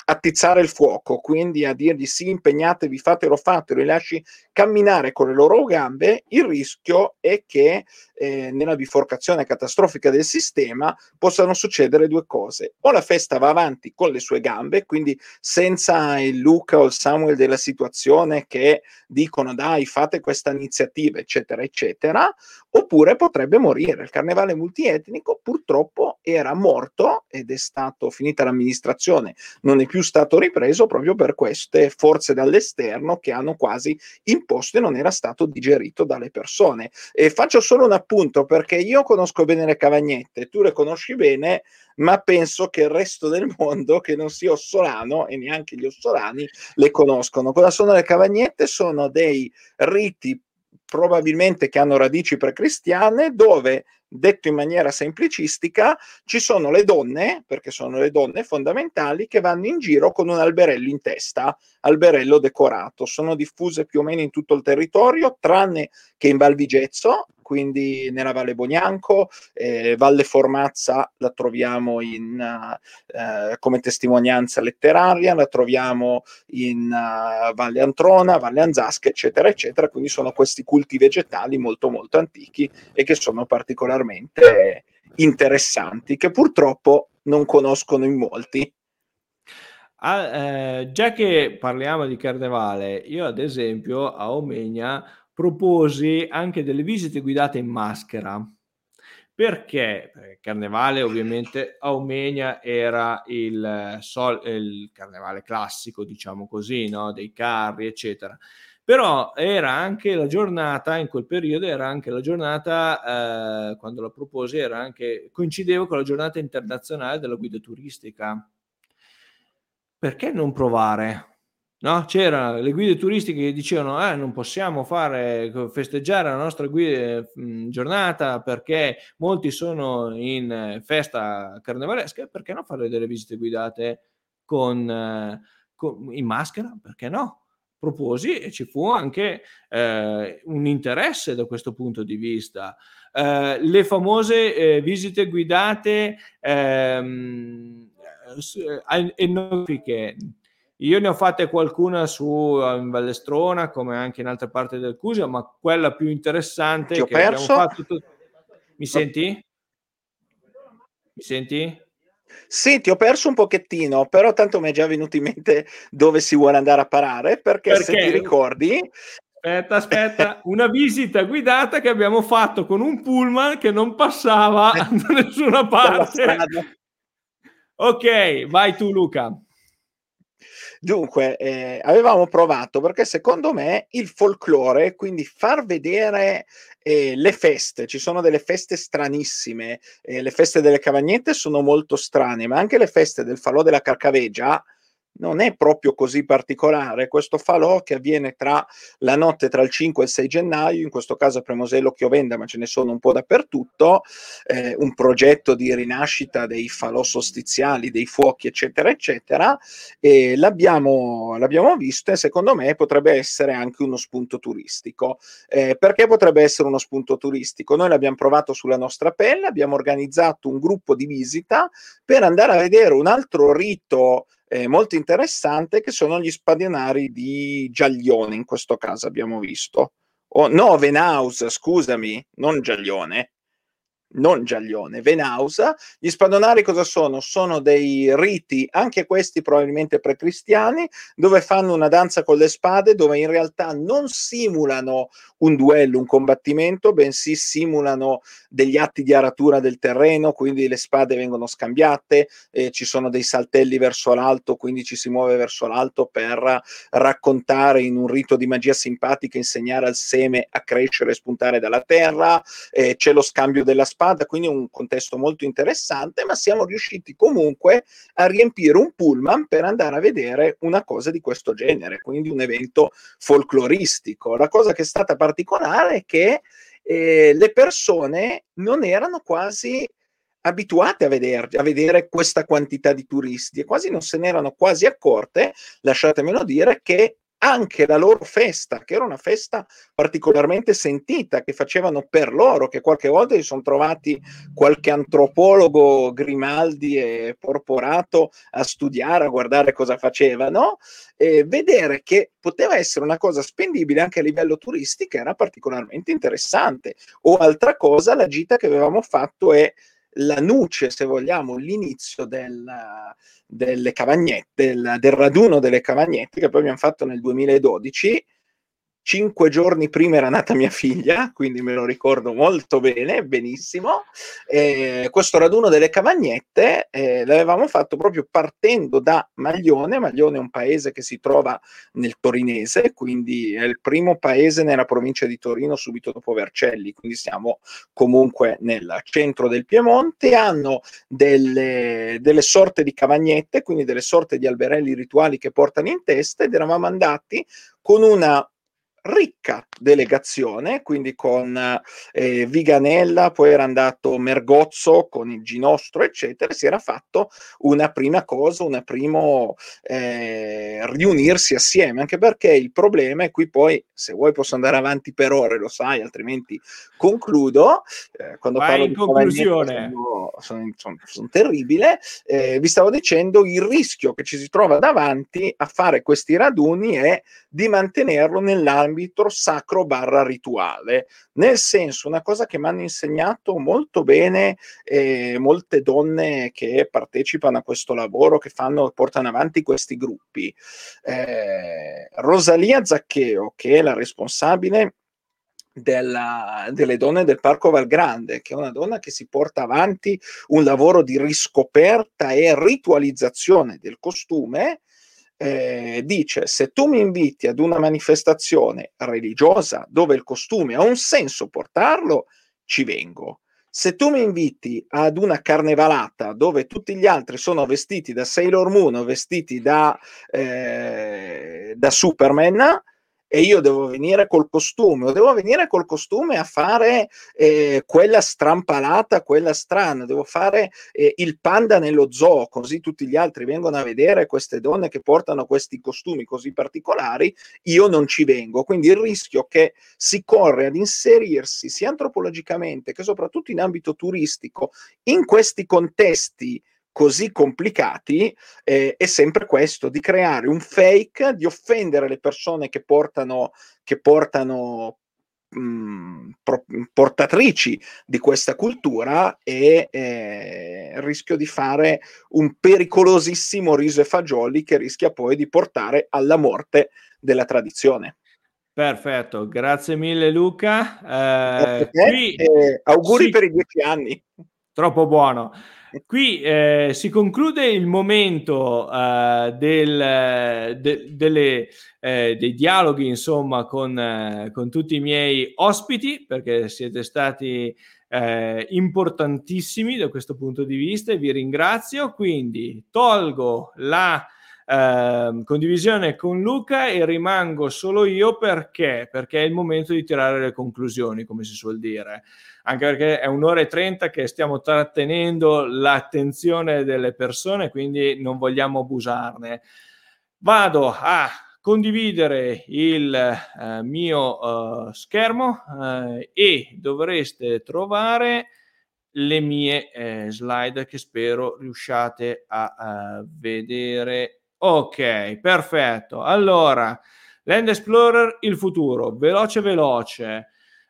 attizzare il fuoco, quindi a dirgli sì, impegnatevi, fatelo, li lasci camminare con le loro gambe, il rischio è che nella biforcazione catastrofica del sistema possano succedere due cose: o la festa va avanti con le sue gambe, quindi senza il Luca o il Samuel della situazione che dicono dai, fate questa iniziativa, eccetera, eccetera, oppure potrebbe morire. Il carnevale multietnico purtroppo era morto ed è stato, finita l'amministrazione, non è più stato ripreso proprio per queste forze dall'esterno che hanno quasi imposto e non era stato digerito dalle persone. E faccio solo un appunto, perché io conosco bene le cavagnette, tu le conosci bene, ma penso che il resto del mondo, che non sia ossolano e neanche gli ossolani, le conoscono. Cosa sono le cavagnette? Sono dei riti probabilmente che hanno radici precristiane, dove, detto in maniera semplicistica, ci sono le donne, perché sono le donne fondamentali, che vanno in giro con un alberello in testa, alberello decorato. Sono diffuse più o meno in tutto il territorio, tranne che in Val Vigezzo, quindi nella Valle Bognanco, Valle Formazza la troviamo come testimonianza letteraria, la troviamo in Valle Antrona, Valle Anzasca, eccetera, eccetera. Quindi sono questi culti vegetali molto molto antichi e che sono particolarmente interessanti, che purtroppo non conoscono in molti. Già che parliamo di carnevale, io ad esempio a Omegna proposi anche delle visite guidate in maschera, perché carnevale ovviamente a Omegna era il carnevale classico, diciamo così, no? Dei carri, eccetera. Però era anche la giornata, in quel periodo era anche la giornata, quando la proposi, coincideva con la giornata internazionale della guida turistica. Perché non provare? No? C'erano le guide turistiche che dicevano non possiamo festeggiare la nostra giornata perché molti sono in festa carnevalesca. Perché non fare delle visite guidate in maschera? Perché no? Proposi e ci fu anche un interesse da questo punto di vista. Le famose visite guidate etnografiche. Io ne ho fatte qualcuna in Vallestrona, come anche in altre parti del Cusio, ma quella più interessante che abbiamo fatto. Mi senti? Mi senti? Sì, ti ho perso un pochettino, però tanto mi è già venuto in mente dove si vuole andare a parare, perché se ti ricordi... Aspetta, una visita guidata che abbiamo fatto con un pullman che non passava da nessuna parte. Ok, vai tu Luca. Dunque, avevamo provato, perché secondo me il folklore, quindi far vedere le feste, ci sono delle feste stranissime, le feste delle cavagnette sono molto strane, ma anche le feste del falò della Carcavegia non è proprio così particolare. Questo falò che avviene tra la notte tra il 5 e il 6 gennaio, in questo caso a Premosello Chiovenda, ma ce ne sono un po' dappertutto, un progetto di rinascita dei falò solstiziali, dei fuochi, eccetera, eccetera, e l'abbiamo visto e secondo me potrebbe essere anche uno spunto turistico. Perché potrebbe essere uno spunto turistico? Noi l'abbiamo provato sulla nostra pelle, abbiamo organizzato un gruppo di visita per andare a vedere un altro rito molto interessante, che sono gli spadionari di Giaglione. In questo caso abbiamo visto Venaus, scusami, non Giaglione, Venaus. Gli spadonari cosa sono? Sono dei riti, anche questi probabilmente precristiani, dove fanno una danza con le spade, dove in realtà non simulano un duello, un combattimento, bensì simulano degli atti di aratura del terreno, quindi le spade vengono scambiate, ci sono dei saltelli verso l'alto, quindi ci si muove verso l'alto per raccontare in un rito di magia simpatica, insegnare al seme a crescere e spuntare dalla terra, c'è lo scambio della spada, quindi un contesto molto interessante, ma siamo riusciti comunque a riempire un pullman per andare a vedere una cosa di questo genere, quindi un evento folcloristico. La cosa che è stata particolare è che le persone non erano quasi abituate a vedere questa quantità di turisti e quasi non se ne erano quasi accorte, lasciatemelo dire, che anche la loro festa, che era una festa particolarmente sentita, che facevano per loro, che qualche volta si sono trovati qualche antropologo Grimaldi e Porporato a studiare, a guardare cosa facevano, e vedere che poteva essere una cosa spendibile anche a livello turistico era particolarmente interessante. O altra cosa, la gita che avevamo fatto è la nuce, se vogliamo, l'inizio delle cavagnette, del raduno delle cavagnette che poi abbiamo fatto nel 2012. 5 giorni prima era nata mia figlia, quindi me lo ricordo molto bene, benissimo. Questo raduno delle cavagnette l'avevamo fatto proprio partendo da Maglione. Maglione è un paese che si trova nel Torinese, quindi è il primo paese nella provincia di Torino subito dopo Vercelli, quindi siamo comunque nel centro del Piemonte. Hanno delle sorte di cavagnette, quindi delle sorte di alberelli rituali che portano in testa, ed eravamo andati con una ricca delegazione, quindi con Viganella, poi era andato Mergozzo con il Ginostro, eccetera. Si era fatto una prima cosa, riunirsi assieme, anche perché il problema è qui, poi se vuoi posso andare avanti per ore, lo sai, altrimenti concludo. Quando vai parlo in di conclusione. sono terribile. Vi stavo dicendo, il rischio che ci si trova davanti a fare questi raduni è di mantenerlo nell'ambito sacro / rituale, nel senso, una cosa che mi hanno insegnato molto bene molte donne che partecipano a questo lavoro, che portano avanti questi gruppi. Rosalia Zaccheo, che è la responsabile delle donne del Parco Valgrande, che è una donna che si porta avanti un lavoro di riscoperta e ritualizzazione del costume, dice: se tu mi inviti ad una manifestazione religiosa dove il costume ha un senso portarlo, ci vengo. Se tu mi inviti ad una carnevalata dove tutti gli altri sono vestiti da Sailor Moon o vestiti da Superman, e io devo venire col costume, o devo venire col costume a fare quella strampalata, quella strana, devo fare il panda nello zoo, così tutti gli altri vengono a vedere queste donne che portano questi costumi così particolari, io non ci vengo. Quindi il rischio che si corre ad inserirsi sia antropologicamente che soprattutto in ambito turistico in questi contesti così complicati è sempre questo, di creare un fake, di offendere le persone che portano portatrici di questa cultura, e rischio di fare un pericolosissimo riso e fagioli che rischia poi di portare alla morte della tradizione. Perfetto, grazie mille Luca. Auguri per i 10 anni. Troppo buono. Qui si conclude il momento dei dialoghi, insomma, con tutti i miei ospiti, perché siete stati importantissimi da questo punto di vista, e vi ringrazio. Quindi tolgo la condivisione con Luca e rimango solo io perché è il momento di tirare le conclusioni, come si suol dire, anche perché è 1:30 che stiamo trattenendo l'attenzione delle persone, quindi non vogliamo abusarne. Vado a condividere il mio schermo e dovreste trovare le mie slide, che spero riusciate a vedere. Ok, perfetto. Allora, Land Explorer, il futuro, veloce.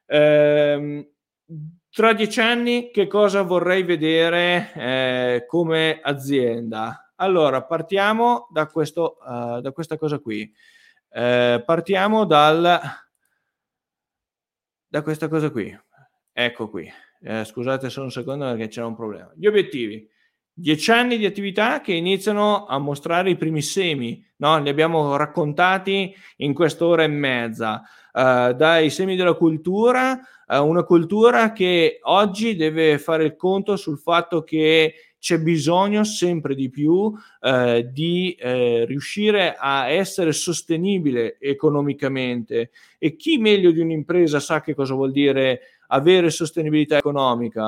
Tra 10 anni che cosa vorrei vedere come azienda? Allora, partiamo da questa cosa qui. Partiamo da questa cosa qui. Ecco qui. Scusate solo un secondo perché c'era un problema. Gli obiettivi: 10 anni di attività che iniziano a mostrare i primi semi, no? Li abbiamo raccontati in quest'ora e mezza, dai semi della cultura, una cultura che oggi deve fare il conto sul fatto che c'è bisogno sempre di più di riuscire a essere sostenibile economicamente, e chi meglio di un'impresa sa che cosa vuol dire avere sostenibilità economica?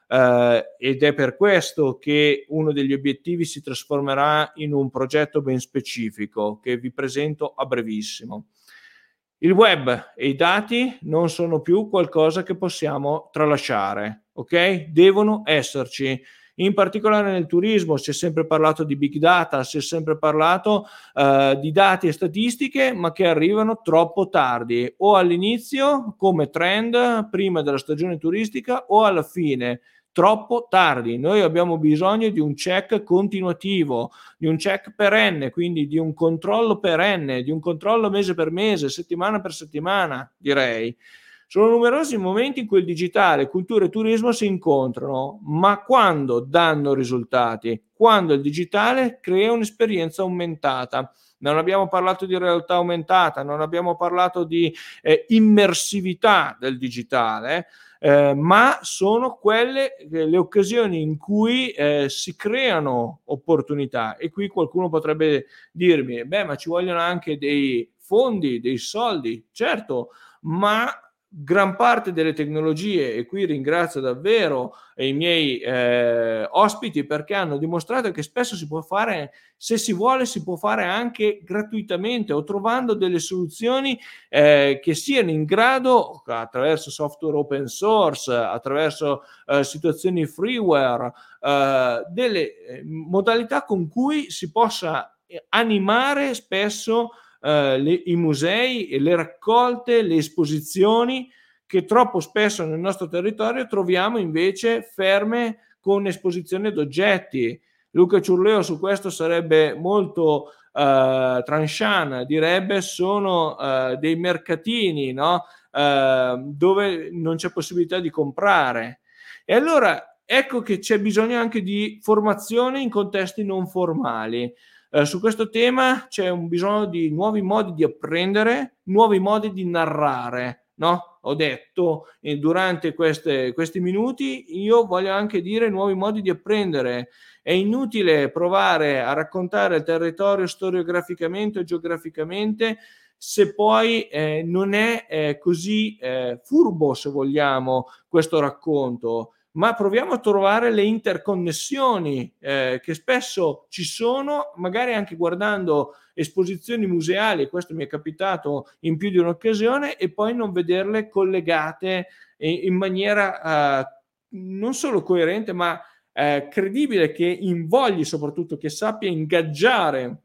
ed è per questo che uno degli obiettivi si trasformerà in un progetto ben specifico che vi presento a brevissimo. Il web e i dati non sono più qualcosa che possiamo tralasciare, ok? Devono esserci. In particolare nel turismo si è sempre parlato di big data, si è sempre parlato di dati e statistiche, ma che arrivano troppo tardi, o all'inizio come trend prima della stagione turistica o alla fine. Troppo tardi. Noi abbiamo bisogno di un check continuativo, di un check perenne, quindi di un controllo perenne, di un controllo mese per mese, settimana per settimana, direi. Sono numerosi i momenti in cui il digitale, cultura e turismo si incontrano, ma quando danno risultati? Quando il digitale crea un'esperienza aumentata. Non abbiamo parlato di realtà aumentata, non abbiamo parlato di immersività del digitale, ma sono quelle le occasioni in cui si creano opportunità. E qui qualcuno potrebbe dirmi, ma ci vogliono anche dei fondi, dei soldi, certo, ma gran parte delle tecnologie, e qui ringrazio davvero i miei ospiti, perché hanno dimostrato che spesso si può fare, se si vuole, si può fare anche gratuitamente o trovando delle soluzioni che siano in grado, attraverso software open source, attraverso situazioni freeware, delle modalità con cui si possa animare spesso i musei e le raccolte, le esposizioni che troppo spesso nel nostro territorio troviamo invece ferme con esposizione d'oggetti. Luca Ciurleo su questo sarebbe molto tranchant, direbbe sono dei mercatini, no? Dove non c'è possibilità di comprare. E allora ecco che c'è bisogno anche di formazione in contesti non formali. Su questo tema c'è un bisogno di nuovi modi di apprendere, nuovi modi di narrare, no? Ho detto durante questi minuti, io voglio anche dire nuovi modi di apprendere. È inutile provare a raccontare il territorio storiograficamente o geograficamente se poi non è così furbo, se vogliamo, questo racconto. Ma proviamo a trovare le interconnessioni che spesso ci sono, magari anche guardando esposizioni museali, e questo mi è capitato in più di un'occasione, e poi non vederle collegate in maniera non solo coerente, ma credibile, che invogli soprattutto, che sappia ingaggiare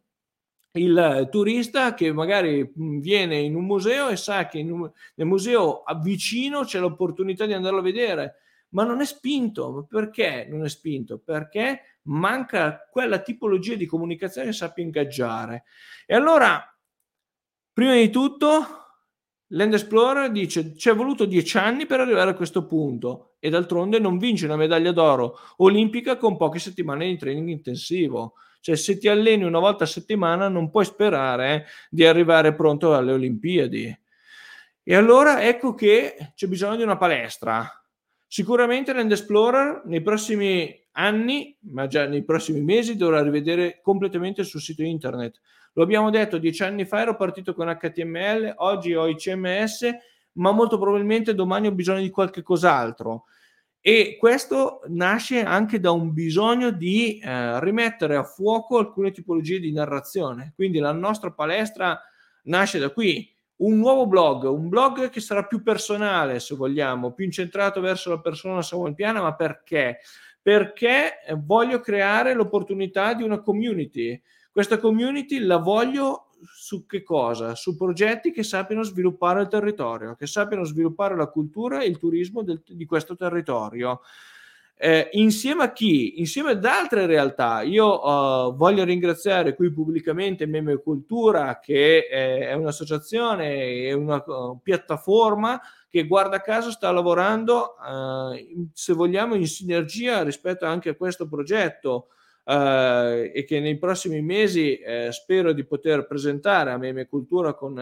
il turista che magari viene in un museo e sa che nel museo vicino c'è l'opportunità di andarlo a vedere, ma non è spinto. Ma perché non è spinto? Perché manca quella tipologia di comunicazione che sappia ingaggiare. E allora, prima di tutto, Land Explorer dice ci è voluto 10 anni per arrivare a questo punto, e d'altronde non vince una medaglia d'oro olimpica con poche settimane di training intensivo. Cioè, se ti alleni una volta a settimana non puoi sperare di arrivare pronto alle Olimpiadi. E allora ecco che c'è bisogno di una palestra. Sicuramente Land Explorer nei prossimi anni, ma già nei prossimi mesi, dovrà rivedere completamente il suo sito internet. Lo abbiamo detto 10 anni fa, ero partito con HTML, oggi ho i CMS, ma molto probabilmente domani ho bisogno di qualche cos'altro. E questo nasce anche da un bisogno di rimettere a fuoco alcune tipologie di narrazione. Quindi la nostra palestra nasce da qui. Un nuovo blog, un blog che sarà più personale, se vogliamo, più incentrato verso la persona samolpiana. Ma perché? Perché voglio creare l'opportunità di una community. Questa community la voglio su che cosa? Su progetti che sappiano sviluppare il territorio, che sappiano sviluppare la cultura e il turismo di questo territorio. Insieme a chi? Insieme ad altre realtà. Io voglio ringraziare qui pubblicamente Meme Cultura, che è un'associazione, è una piattaforma che guarda caso sta lavorando, se vogliamo, in sinergia rispetto anche a questo progetto. E che nei prossimi mesi spero di poter presentare a Meme Cultura con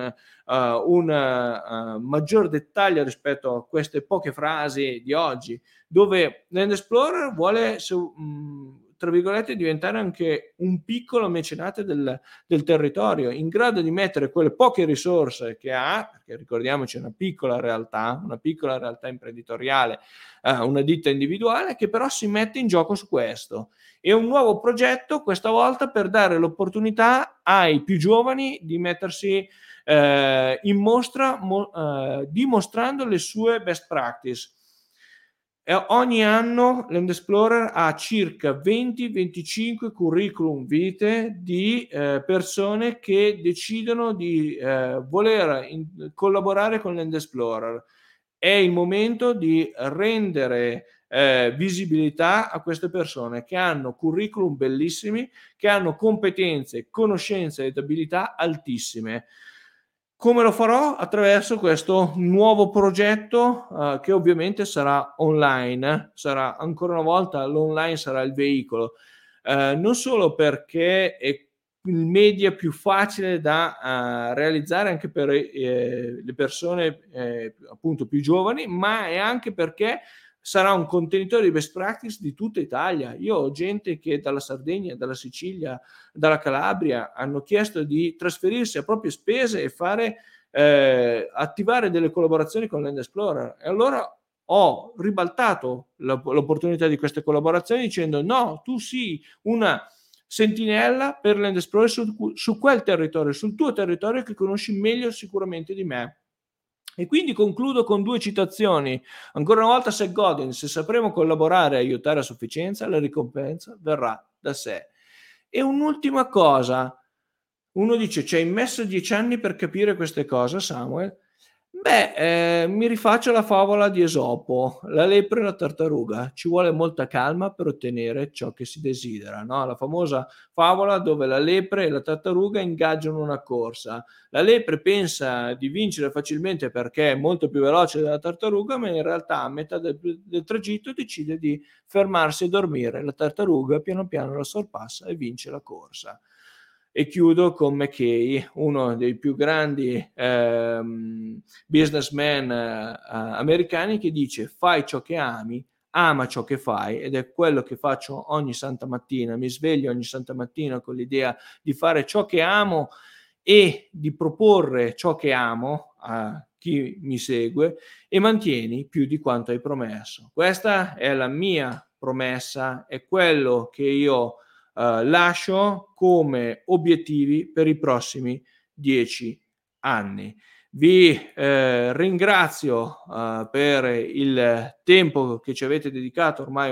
un maggior dettaglio rispetto a queste poche frasi di oggi, dove Land Explorer vuole tra virgolette, diventare anche un piccolo mecenate del territorio, in grado di mettere quelle poche risorse che ha, perché ricordiamoci è una piccola realtà imprenditoriale, una ditta individuale, che però si mette in gioco su questo. E un nuovo progetto, questa volta per dare l'opportunità ai più giovani di mettersi in mostra, dimostrando le sue best practice. Ogni anno Land Explorer ha circa 20-25 curriculum vitae di persone che decidono di voler collaborare con Land Explorer. È il momento di rendere visibilità a queste persone che hanno curriculum bellissimi, che hanno competenze, conoscenze ed abilità altissime. Come lo farò? Attraverso questo nuovo progetto che ovviamente sarà online, sarà ancora una volta l'online sarà il veicolo, non solo perché è il media più facile da realizzare anche per le persone appunto più giovani, ma è anche perché sarà un contenitore di best practice di tutta Italia. Io ho gente che dalla Sardegna, dalla Sicilia, dalla Calabria hanno chiesto di trasferirsi a proprie spese e fare attivare delle collaborazioni con Land Explorer, e allora ho ribaltato l'opportunità di queste collaborazioni dicendo no, tu sii una sentinella per Land Explorer su quel territorio, sul tuo territorio che conosci meglio sicuramente di me. E quindi concludo con 2 citazioni. Ancora una volta Seth Godin: se sapremo collaborare e aiutare a sufficienza, la ricompensa verrà da sé. E un'ultima cosa, uno dice ci hai messo 10 anni per capire queste cose, Samuel? Mi rifaccio alla favola di Esopo, la lepre e la tartaruga. Ci vuole molta calma per ottenere ciò che si desidera, no? La famosa favola dove la lepre e la tartaruga ingaggiano una corsa. La lepre pensa di vincere facilmente perché è molto più veloce della tartaruga, ma in realtà a metà del tragitto decide di fermarsi e dormire. La tartaruga piano piano la sorpassa e vince la corsa. E chiudo con McKay, uno dei più grandi businessmen americani, che dice: fai ciò che ami, ama ciò che fai, ed è quello che faccio ogni santa mattina. Mi sveglio ogni santa mattina con l'idea di fare ciò che amo e di proporre ciò che amo a chi mi segue, e mantieni più di quanto hai promesso. Questa è la mia promessa, è quello che io lascio come obiettivi per i prossimi 10 anni. Vi ringrazio per il tempo che ci avete dedicato, ormai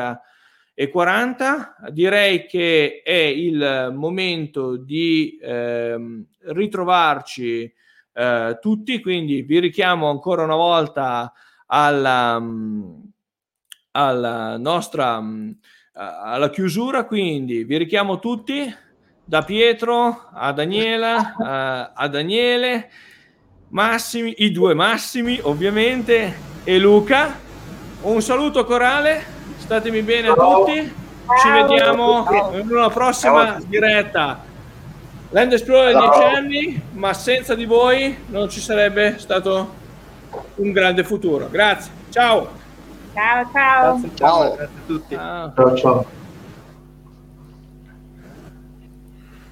1:40. Direi che è il momento di ritrovarci tutti, quindi vi richiamo ancora una volta alla nostra alla chiusura, quindi vi richiamo tutti, da Pietro a Daniela, a Daniele, Massimi, i 2 Massimi ovviamente, e Luca. Un saluto corale, statemi bene a tutti, ci vediamo in una prossima diretta. Land Explorer 10 anni, ma senza di voi non ci sarebbe stato un grande futuro. Grazie, ciao. Ciao. Ciao. Grazie a tutti. Ciao.